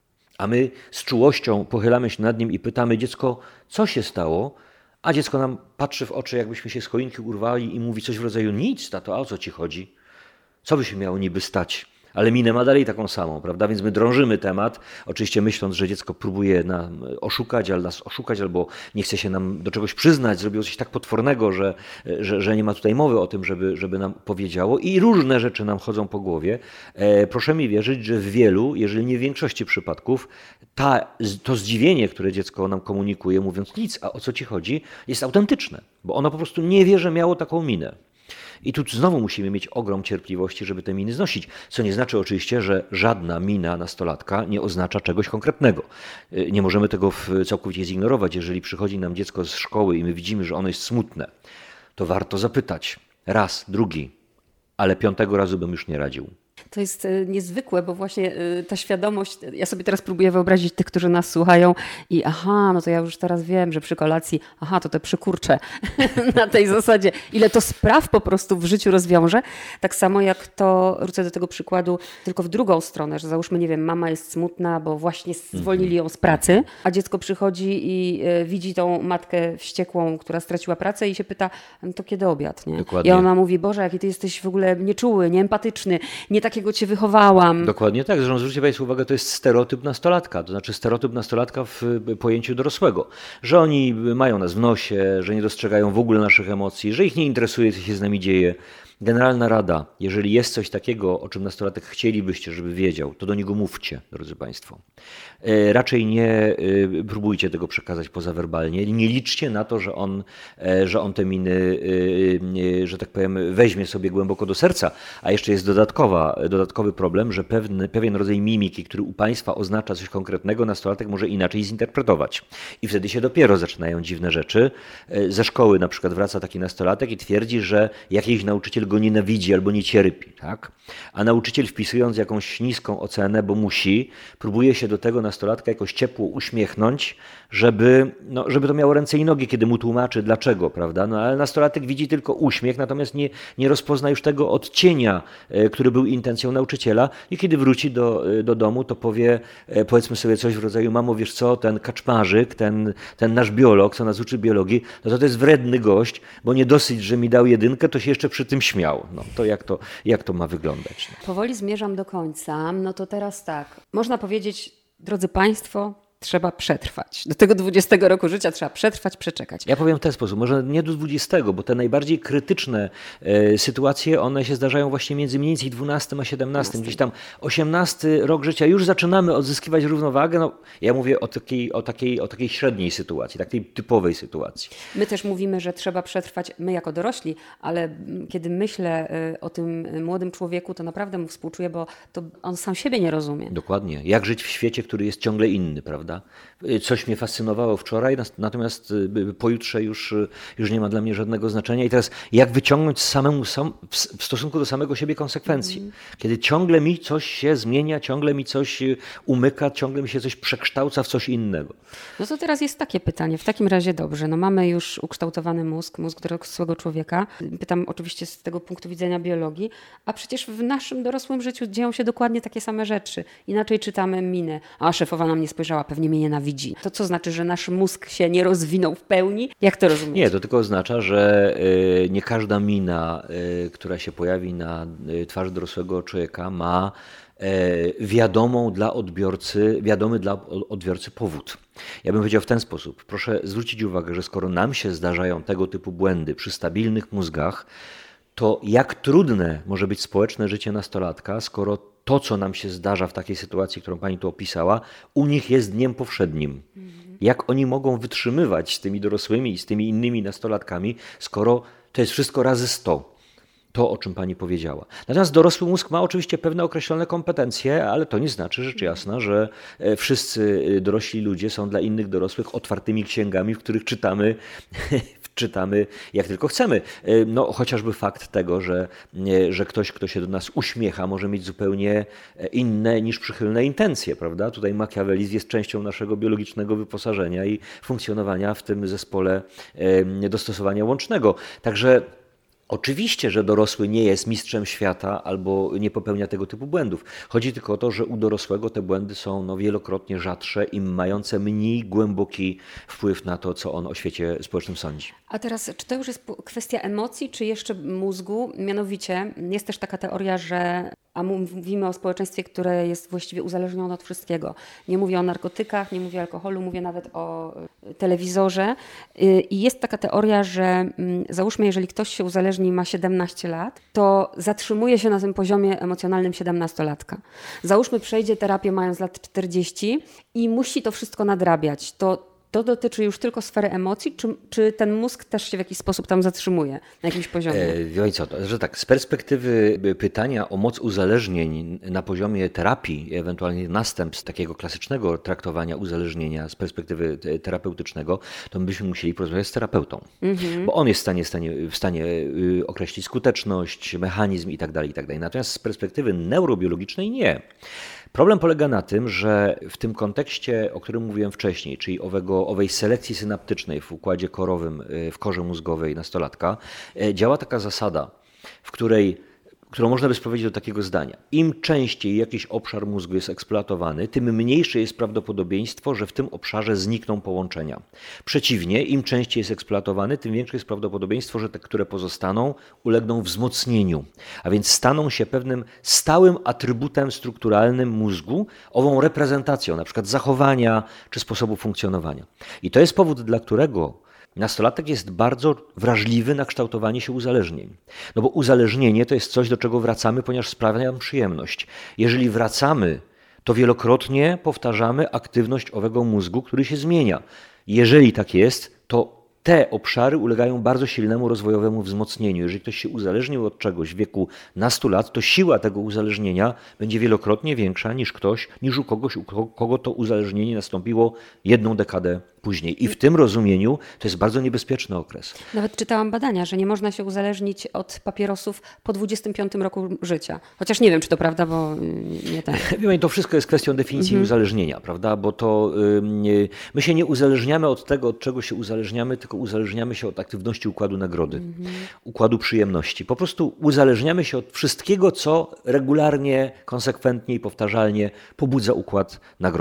a my z czułością pochylamy się nad nim i pytamy: dziecko, co się stało? A dziecko nam patrzy w oczy, jakbyśmy się z choinki urwali i mówi coś w rodzaju: nic, tato, a o co ci chodzi? Co by się miało niby stać? Ale minę ma dalej taką samą, prawda? Więc my drążymy temat, oczywiście myśląc, że dziecko próbuje nam oszukać, albo nas oszukać, albo nie chce się nam do czegoś przyznać, zrobiło coś tak potwornego, że, że, że nie ma tutaj mowy o tym, żeby, żeby nam powiedziało, i różne rzeczy nam chodzą po głowie. E, proszę mi wierzyć, że w wielu, jeżeli nie w większości przypadków, ta, to zdziwienie, które dziecko nam komunikuje, mówiąc: nic, a o co ci chodzi, jest autentyczne, bo ono po prostu nie wie, że miało taką minę. I tu znowu musimy mieć ogrom cierpliwości, żeby te miny znosić. Co nie znaczy oczywiście, że żadna mina nastolatka nie oznacza czegoś konkretnego. Nie możemy tego całkowicie zignorować. Jeżeli przychodzi nam dziecko z szkoły i my widzimy, że ono jest smutne, to warto zapytać raz, drugi, ale piątego razu bym już nie radził. To jest niezwykłe, bo właśnie ta świadomość, ja sobie teraz próbuję wyobrazić tych, którzy nas słuchają i aha, no to ja już teraz wiem, że przy kolacji, aha, to te przykurcze na tej zasadzie, ile to spraw po prostu w życiu rozwiąże. Tak samo jak to, wrócę do tego przykładu, tylko w drugą stronę, że załóżmy, nie wiem, mama jest smutna, bo właśnie zwolnili ją z pracy, a dziecko przychodzi i widzi tą matkę wściekłą, która straciła pracę i się pyta: no to kiedy obiad, nie? Dokładnie. I ona mówi: Boże, jaki ty jesteś w ogóle nieczuły, nieempatyczny, nie takiego cię wychowałam. Dokładnie tak. Zresztą zwróćcie Państwo uwagę, to jest stereotyp nastolatka, to znaczy stereotyp nastolatka w pojęciu dorosłego, że oni mają nas w nosie, że nie dostrzegają w ogóle naszych emocji, że ich nie interesuje, co się z nami dzieje. Generalna rada: jeżeli jest coś takiego, o czym nastolatek chcielibyście, żeby wiedział, to do niego mówcie, drodzy Państwo. Raczej nie próbujcie tego przekazać pozawerbalnie. Nie liczcie na to, że on, że on te miny, że tak powiem, weźmie sobie głęboko do serca. A jeszcze jest dodatkowa, dodatkowy problem, że pewny, pewien rodzaj mimiki, który u Państwa oznacza coś konkretnego, nastolatek może inaczej zinterpretować. I wtedy się dopiero zaczynają dziwne rzeczy. Ze szkoły na przykład wraca taki nastolatek i twierdzi, że jakiś nauczyciel go nienawidzi albo nie cierpi, tak? A nauczyciel, wpisując jakąś niską ocenę, bo musi, próbuje się do tego nastolatka jakoś ciepło uśmiechnąć, żeby, no, żeby to miało ręce i nogi, kiedy mu tłumaczy dlaczego, prawda? No ale nastolatek widzi tylko uśmiech, natomiast nie, nie rozpozna już tego odcienia, który był intencją nauczyciela, i kiedy wróci do, do domu, to powie, powiedzmy sobie coś w rodzaju: mamo, wiesz co, ten kaczmarzyk, ten, ten nasz biolog, co nas uczy biologii, no to to jest wredny gość, bo nie dosyć, że mi dał jedynkę, to się jeszcze przy tym śmiał. No to jak to, jak to ma wyglądać? No. Powoli zmierzam do końca. No to teraz tak, można powiedzieć, drodzy Państwo, trzeba przetrwać. Do tego dwudziestego roku życia trzeba przetrwać, przeczekać. Ja powiem w ten sposób, może nie do dwudziestego, bo te najbardziej krytyczne e, sytuacje, one się zdarzają właśnie między mniej więcej dwunastym a siedemnastym. Gdzieś tam osiemnasty rok życia już zaczynamy odzyskiwać równowagę. No, ja mówię o takiej, o, takiej, o takiej średniej sytuacji, takiej typowej sytuacji. My też mówimy, że trzeba przetrwać, my jako dorośli, ale kiedy myślę o tym młodym człowieku, to naprawdę mu współczuję, bo to on sam siebie nie rozumie. Dokładnie. Jak żyć w świecie, który jest ciągle inny, prawda? Coś mnie fascynowało wczoraj, natomiast pojutrze już, już nie ma dla mnie żadnego znaczenia. I teraz jak wyciągnąć samemu sam, w stosunku do samego siebie konsekwencje? Mm. Kiedy ciągle mi coś się zmienia, ciągle mi coś umyka, ciągle mi się coś przekształca w coś innego. No to teraz jest takie pytanie. W takim razie dobrze, no mamy już ukształtowany mózg, mózg dorosłego człowieka. Pytam oczywiście z tego punktu widzenia biologii, a przecież w naszym dorosłym życiu dzieją się dokładnie takie same rzeczy. Inaczej czytamy minę. A szefowa na mnie spojrzała, pewnie mnie nienawidzi. To co znaczy, że nasz mózg się nie rozwinął w pełni? Jak to rozumieć? Nie, to tylko oznacza, że nie każda mina, która się pojawi na twarzy dorosłego człowieka, ma wiadomą dla odbiorcy, wiadomy dla odbiorcy powód. Ja bym powiedział w ten sposób. Proszę zwrócić uwagę, że skoro nam się zdarzają tego typu błędy przy stabilnych mózgach, to jak trudne może być społeczne życie nastolatka, skoro to, co nam się zdarza w takiej sytuacji, którą pani tu opisała, u nich jest dniem powszednim. Jak oni mogą wytrzymywać z tymi dorosłymi i z tymi innymi nastolatkami, skoro to jest wszystko razy sto. To, o czym pani powiedziała. Natomiast dorosły mózg ma oczywiście pewne określone kompetencje, ale to nie znaczy, rzecz jasna, że wszyscy dorośli ludzie są dla innych dorosłych otwartymi księgami, w których czytamy czytamy jak tylko chcemy. No, chociażby fakt tego, że, że ktoś, kto się do nas uśmiecha, może mieć zupełnie inne niż przychylne intencje, prawda? Tutaj makiawelizm jest częścią naszego biologicznego wyposażenia i funkcjonowania w tym zespole dostosowania łącznego. Także oczywiście, że dorosły nie jest mistrzem świata albo nie popełnia tego typu błędów. Chodzi tylko o to, że u dorosłego te błędy są no, wielokrotnie rzadsze i mające mniej głęboki wpływ na to, co on o świecie społecznym sądzi. A teraz, czy to już jest kwestia emocji, czy jeszcze mózgu? Mianowicie jest też taka teoria, że a mówimy o społeczeństwie, które jest właściwie uzależnione od wszystkiego. Nie mówię o narkotykach, nie mówię o alkoholu, mówię nawet o telewizorze. I jest taka teoria, że załóżmy, jeżeli ktoś się uzależni i ma siedemnaście lat, to zatrzymuje się na tym poziomie emocjonalnym siedemnastolatka. Załóżmy, przejdzie terapię mając lat czterdzieści i musi to wszystko nadrabiać. To To dotyczy już tylko sfery emocji, czy, czy ten mózg też się w jakiś sposób tam zatrzymuje na jakimś poziomie? E, wie co, to, że tak, z perspektywy pytania o moc uzależnień na poziomie terapii, ewentualnie następstw takiego klasycznego traktowania uzależnienia z perspektywy terapeutycznego, to my byśmy musieli porozmawiać z terapeutą, mhm. bo on jest w stanie, stanie, w stanie określić skuteczność, mechanizm i tak dalej, i tak dalej. Natomiast z perspektywy neurobiologicznej nie. Problem polega na tym, że w tym kontekście, o którym mówiłem wcześniej, czyli owego, owej selekcji synaptycznej w układzie korowym, w korze mózgowej nastolatka, działa taka zasada, w której, którą można by sprowadzić do takiego zdania. Im częściej jakiś obszar mózgu jest eksploatowany, tym mniejsze jest prawdopodobieństwo, że w tym obszarze znikną połączenia. Przeciwnie, im częściej jest eksploatowany, tym większe jest prawdopodobieństwo, że te, które pozostaną, ulegną wzmocnieniu. A więc staną się pewnym stałym atrybutem strukturalnym mózgu, ową reprezentacją, na przykład zachowania czy sposobu funkcjonowania. I to jest powód, dla którego nastolatek jest bardzo wrażliwy na kształtowanie się uzależnień. No bo uzależnienie to jest coś, do czego wracamy, ponieważ sprawia nam przyjemność. Jeżeli wracamy, to wielokrotnie powtarzamy aktywność owego mózgu, który się zmienia. Jeżeli tak jest, to te obszary ulegają bardzo silnemu rozwojowemu wzmocnieniu. Jeżeli ktoś się uzależnił od czegoś w wieku nastu lat, to siła tego uzależnienia będzie wielokrotnie większa niż ktoś, niż u kogoś, u kogo to uzależnienie nastąpiło jedną dekadę później. I w tym rozumieniu to jest bardzo niebezpieczny okres. Nawet czytałam badania, że nie można się uzależnić od papierosów po dwudziestym piątym roku życia. Chociaż nie wiem, czy to prawda, bo nie tak. To wszystko jest kwestią definicji mhm. uzależnienia, prawda? Bo to yy, my się nie uzależniamy od tego, od czego się uzależniamy, tylko uzależniamy się od aktywności układu nagrody, mhm. układu przyjemności. Po prostu uzależniamy się od wszystkiego, co regularnie, konsekwentnie i powtarzalnie pobudza układ nagrody.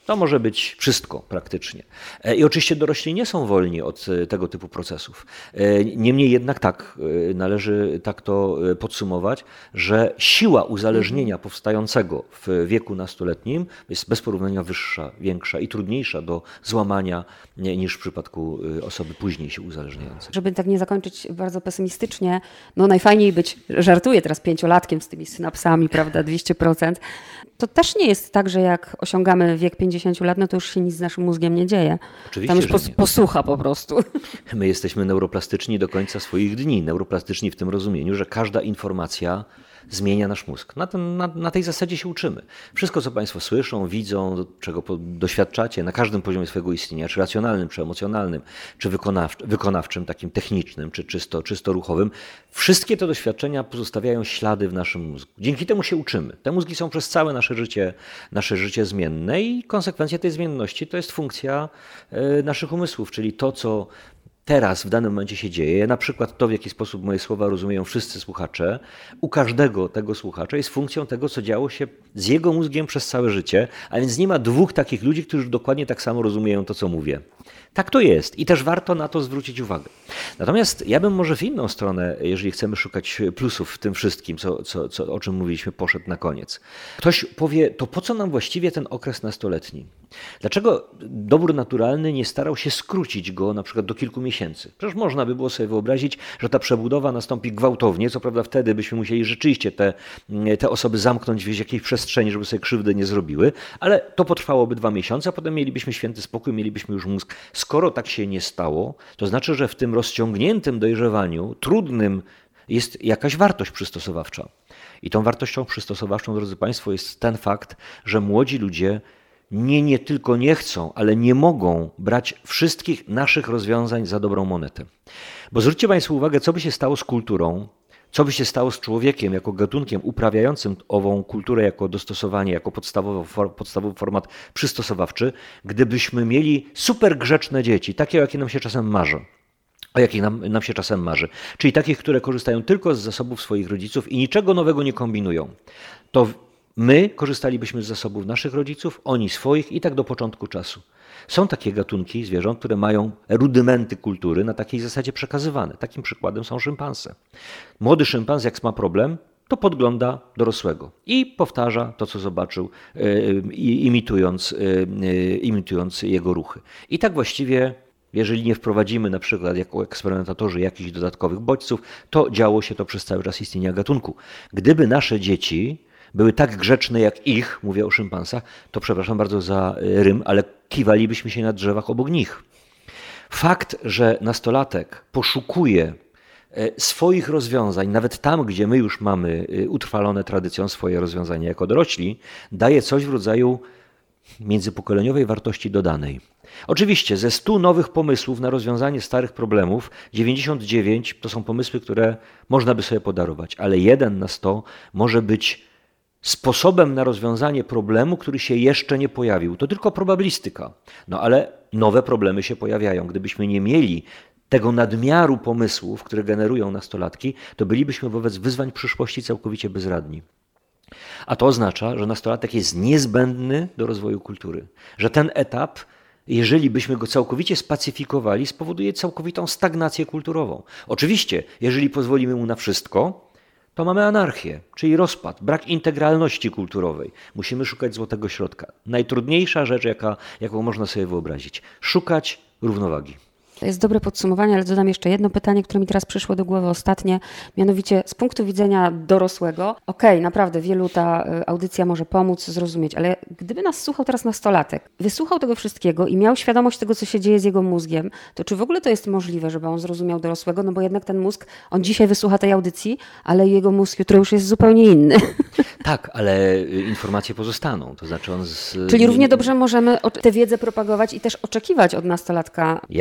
To może być wszystko praktycznie. I oczywiście dorośli nie są wolni od tego typu procesów. Niemniej jednak tak, należy tak to podsumować, że siła uzależnienia powstającego w wieku nastoletnim jest bez porównania wyższa, większa i trudniejsza do złamania niż w przypadku osoby później się uzależniającej. Żeby tak nie zakończyć bardzo pesymistycznie, no najfajniej być, żartuję teraz pięciolatkiem z tymi synapsami, prawda, dwieście procent. To też nie jest tak, że jak osiągamy wiek pięćdziesiąt lat, no to już się nic z naszym mózgiem nie dzieje. Oczywiście, tam już pos- nie. posłucha po prostu. My jesteśmy neuroplastyczni do końca swoich dni. Neuroplastyczni w tym rozumieniu, że każda informacja zmienia nasz mózg. Na, ten, na, na tej zasadzie się uczymy. Wszystko, co Państwo słyszą, widzą, czego doświadczacie na każdym poziomie swojego istnienia, czy racjonalnym, czy emocjonalnym, czy wykonawczym, wykonawczym takim technicznym, czy czysto, czysto ruchowym, wszystkie te doświadczenia pozostawiają ślady w naszym mózgu. Dzięki temu się uczymy. Te mózgi są przez całe nasze życie, nasze życie zmienne i konsekwencja tej zmienności to jest funkcja y, naszych umysłów, czyli to, co teraz w danym momencie się dzieje, na przykład to, w jaki sposób moje słowa rozumieją wszyscy słuchacze, u każdego tego słuchacza jest funkcją tego, co działo się z jego mózgiem przez całe życie, a więc nie ma dwóch takich ludzi, którzy dokładnie tak samo rozumieją to, co mówię. Tak to jest i też warto na to zwrócić uwagę. Natomiast ja bym może w inną stronę, jeżeli chcemy szukać plusów w tym wszystkim, co, co, co, o czym mówiliśmy, poszedł na koniec. Ktoś powie, to po co nam właściwie ten okres nastoletni? Dlaczego dobór naturalny nie starał się skrócić go na przykład do kilku miesięcy? Przecież można by było sobie wyobrazić, że ta przebudowa nastąpi gwałtownie, co prawda wtedy byśmy musieli rzeczywiście te, te osoby zamknąć w jakiejś przestrzeni, żeby sobie krzywdy nie zrobiły, ale to potrwałoby dwa miesiące, a potem mielibyśmy święty spokój, mielibyśmy już mózg. Skoro tak się nie stało, to znaczy, że w tym rozciągniętym dojrzewaniu, trudnym, jest jakaś wartość przystosowawcza. I tą wartością przystosowawczą, drodzy Państwo, jest ten fakt, że młodzi ludzie nie, nie tylko nie chcą, ale nie mogą brać wszystkich naszych rozwiązań za dobrą monetę. Bo zwróćcie Państwo uwagę, co by się stało z kulturą, co by się stało z człowiekiem jako gatunkiem uprawiającym ową kulturę jako dostosowanie, jako podstawowy, podstawowy format przystosowawczy, gdybyśmy mieli super grzeczne dzieci, takie, jakie nam się czasem marzy. O jakich nam, nam się czasem marzy. Czyli takich, które korzystają tylko z zasobów swoich rodziców i niczego nowego nie kombinują. To my korzystalibyśmy z zasobów naszych rodziców, oni swoich i tak do początku czasu. Są takie gatunki zwierząt, które mają rudymenty kultury na takiej zasadzie przekazywane. Takim przykładem są szympanse. Młody szympans, jak ma problem, to podgląda dorosłego i powtarza to, co zobaczył, imitując, imitując jego ruchy. I tak właściwie, jeżeli nie wprowadzimy na przykład jako eksperymentatorzy jakichś dodatkowych bodźców, to działo się to przez cały czas istnienia gatunku. Gdyby nasze dzieci były tak grzeczne jak ich, mówię o szympansach, to przepraszam bardzo za rym, ale kiwalibyśmy się na drzewach obok nich. Fakt, że nastolatek poszukuje swoich rozwiązań, nawet tam, gdzie my już mamy utrwalone tradycją swoje rozwiązania jako dorośli, daje coś w rodzaju międzypokoleniowej wartości dodanej. Oczywiście ze stu nowych pomysłów na rozwiązanie starych problemów, dziewięćdziesiąt dziewięć to są pomysły, które można by sobie podarować, ale jeden na sto może być sposobem na rozwiązanie problemu, który się jeszcze nie pojawił. To tylko probabilistyka. No ale nowe problemy się pojawiają. Gdybyśmy nie mieli tego nadmiaru pomysłów, które generują nastolatki, to bylibyśmy wobec wyzwań przyszłości całkowicie bezradni. A to oznacza, że nastolatek jest niezbędny do rozwoju kultury. Że ten etap, jeżeli byśmy go całkowicie spacyfikowali, spowoduje całkowitą stagnację kulturową. Oczywiście, jeżeli pozwolimy mu na wszystko, to mamy anarchię, czyli rozpad, brak integralności kulturowej. Musimy szukać złotego środka. Najtrudniejsza rzecz, jaka, jaką można sobie wyobrazić. Szukać równowagi. To jest dobre podsumowanie, ale dodam jeszcze jedno pytanie, które mi teraz przyszło do głowy ostatnie, mianowicie z punktu widzenia dorosłego, okej, okay, naprawdę wielu ta audycja może pomóc zrozumieć, ale gdyby nas słuchał teraz nastolatek, wysłuchał tego wszystkiego i miał świadomość tego, co się dzieje z jego mózgiem, to czy w ogóle to jest możliwe, żeby on zrozumiał dorosłego? No bo jednak ten mózg, on dzisiaj wysłucha tej audycji, ale jego mózg jutro już jest zupełnie inny. Tak, ale informacje pozostaną, to znaczy on z... Czyli równie dobrze możemy tę wiedzę propagować i też oczekiwać od nastolatka. Jak najbardziej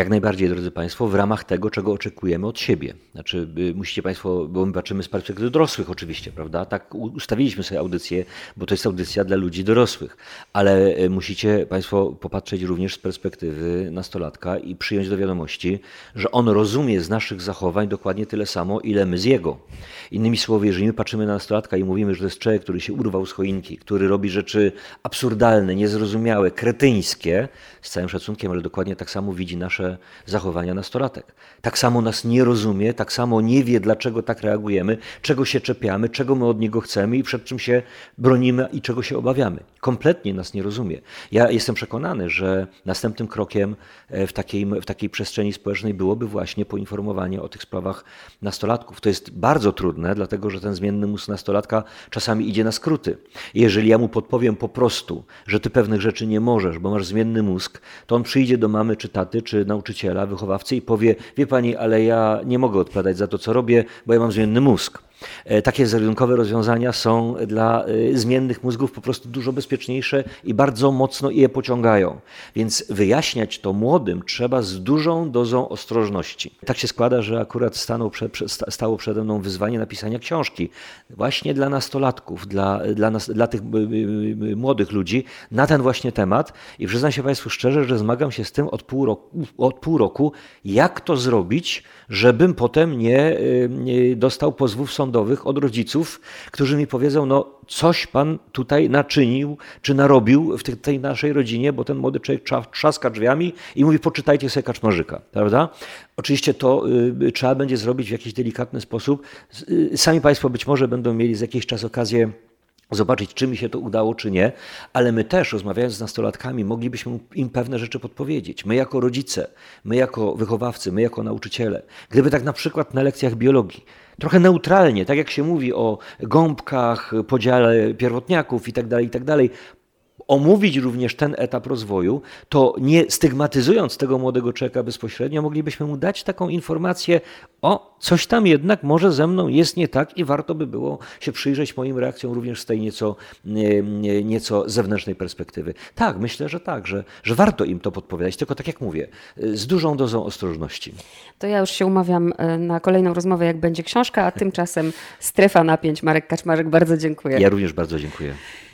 drodzy Państwo, w ramach tego, czego oczekujemy od siebie. Znaczy, musicie Państwo, bo my patrzymy z perspektywy dorosłych oczywiście, prawda? Tak ustawiliśmy sobie audycję, bo to jest audycja dla ludzi dorosłych, ale musicie Państwo popatrzeć również z perspektywy nastolatka i przyjąć do wiadomości, że on rozumie z naszych zachowań dokładnie tyle samo, ile my z jego. Innymi słowy, jeżeli my patrzymy na nastolatka i mówimy, że to jest człowiek, który się urwał z choinki, który robi rzeczy absurdalne, niezrozumiałe, kretyńskie, z całym szacunkiem, ale dokładnie tak samo widzi nasze zachowania nastolatek. Tak samo nas nie rozumie, tak samo nie wie, dlaczego tak reagujemy, czego się czepiamy, czego my od niego chcemy i przed czym się bronimy i czego się obawiamy. Kompletnie nas nie rozumie. Ja jestem przekonany, że następnym krokiem w takiej, w takiej przestrzeni społecznej byłoby właśnie poinformowanie o tych sprawach nastolatków. To jest bardzo trudne, dlatego że ten zmienny mózg nastolatka czasami idzie na skróty. Jeżeli ja mu podpowiem po prostu, że ty pewnych rzeczy nie możesz, bo masz zmienny mózg, to on przyjdzie do mamy czy taty, czy nauczyciela, wychowawcy i powie: wie pani, ale ja nie mogę odpowiadać za to, co robię, bo ja mam zmienny mózg. Takie zerunkowe rozwiązania są dla zmiennych mózgów po prostu dużo bezpieczniejsze i bardzo mocno je pociągają. Więc wyjaśniać to młodym trzeba z dużą dozą ostrożności. Tak się składa, że akurat stanął przed, stało przede mną wyzwanie napisania książki właśnie dla nastolatków, dla, dla, nas, dla tych młodych ludzi na ten właśnie temat i przyznam się Państwu szczerze, że zmagam się z tym od pół roku, od pół roku jak to zrobić, żebym potem nie, nie dostał pozwów sądowych od rodziców, którzy mi powiedzą: no coś pan tutaj naczynił, czy narobił w tej naszej rodzinie, bo ten młody człowiek trzaska drzwiami i mówi: poczytajcie sobie Kaczmarzyka, prawda? Oczywiście to y, trzeba będzie zrobić w jakiś delikatny sposób. Y, sami Państwo być może będą mieli za jakiś czas okazję zobaczyć, czy mi się to udało, czy nie, ale my też, rozmawiając z nastolatkami, moglibyśmy im pewne rzeczy podpowiedzieć. My jako rodzice, my jako wychowawcy, my jako nauczyciele. Gdyby tak na przykład na lekcjach biologii, trochę neutralnie, tak jak się mówi o gąbkach, podziale pierwotniaków itd., itd., omówić również ten etap rozwoju, to nie stygmatyzując tego młodego człowieka bezpośrednio, moglibyśmy mu dać taką informację: o, coś tam jednak może ze mną jest nie tak i warto by było się przyjrzeć moim reakcjom również z tej nieco, nieco zewnętrznej perspektywy. Tak, myślę, że tak, że, że warto im to podpowiadać, tylko tak jak mówię, z dużą dozą ostrożności. To ja już się umawiam na kolejną rozmowę, jak będzie książka, a tymczasem Strefa Napięć. Marek Kaczmarzyk, bardzo dziękuję. Ja również bardzo dziękuję.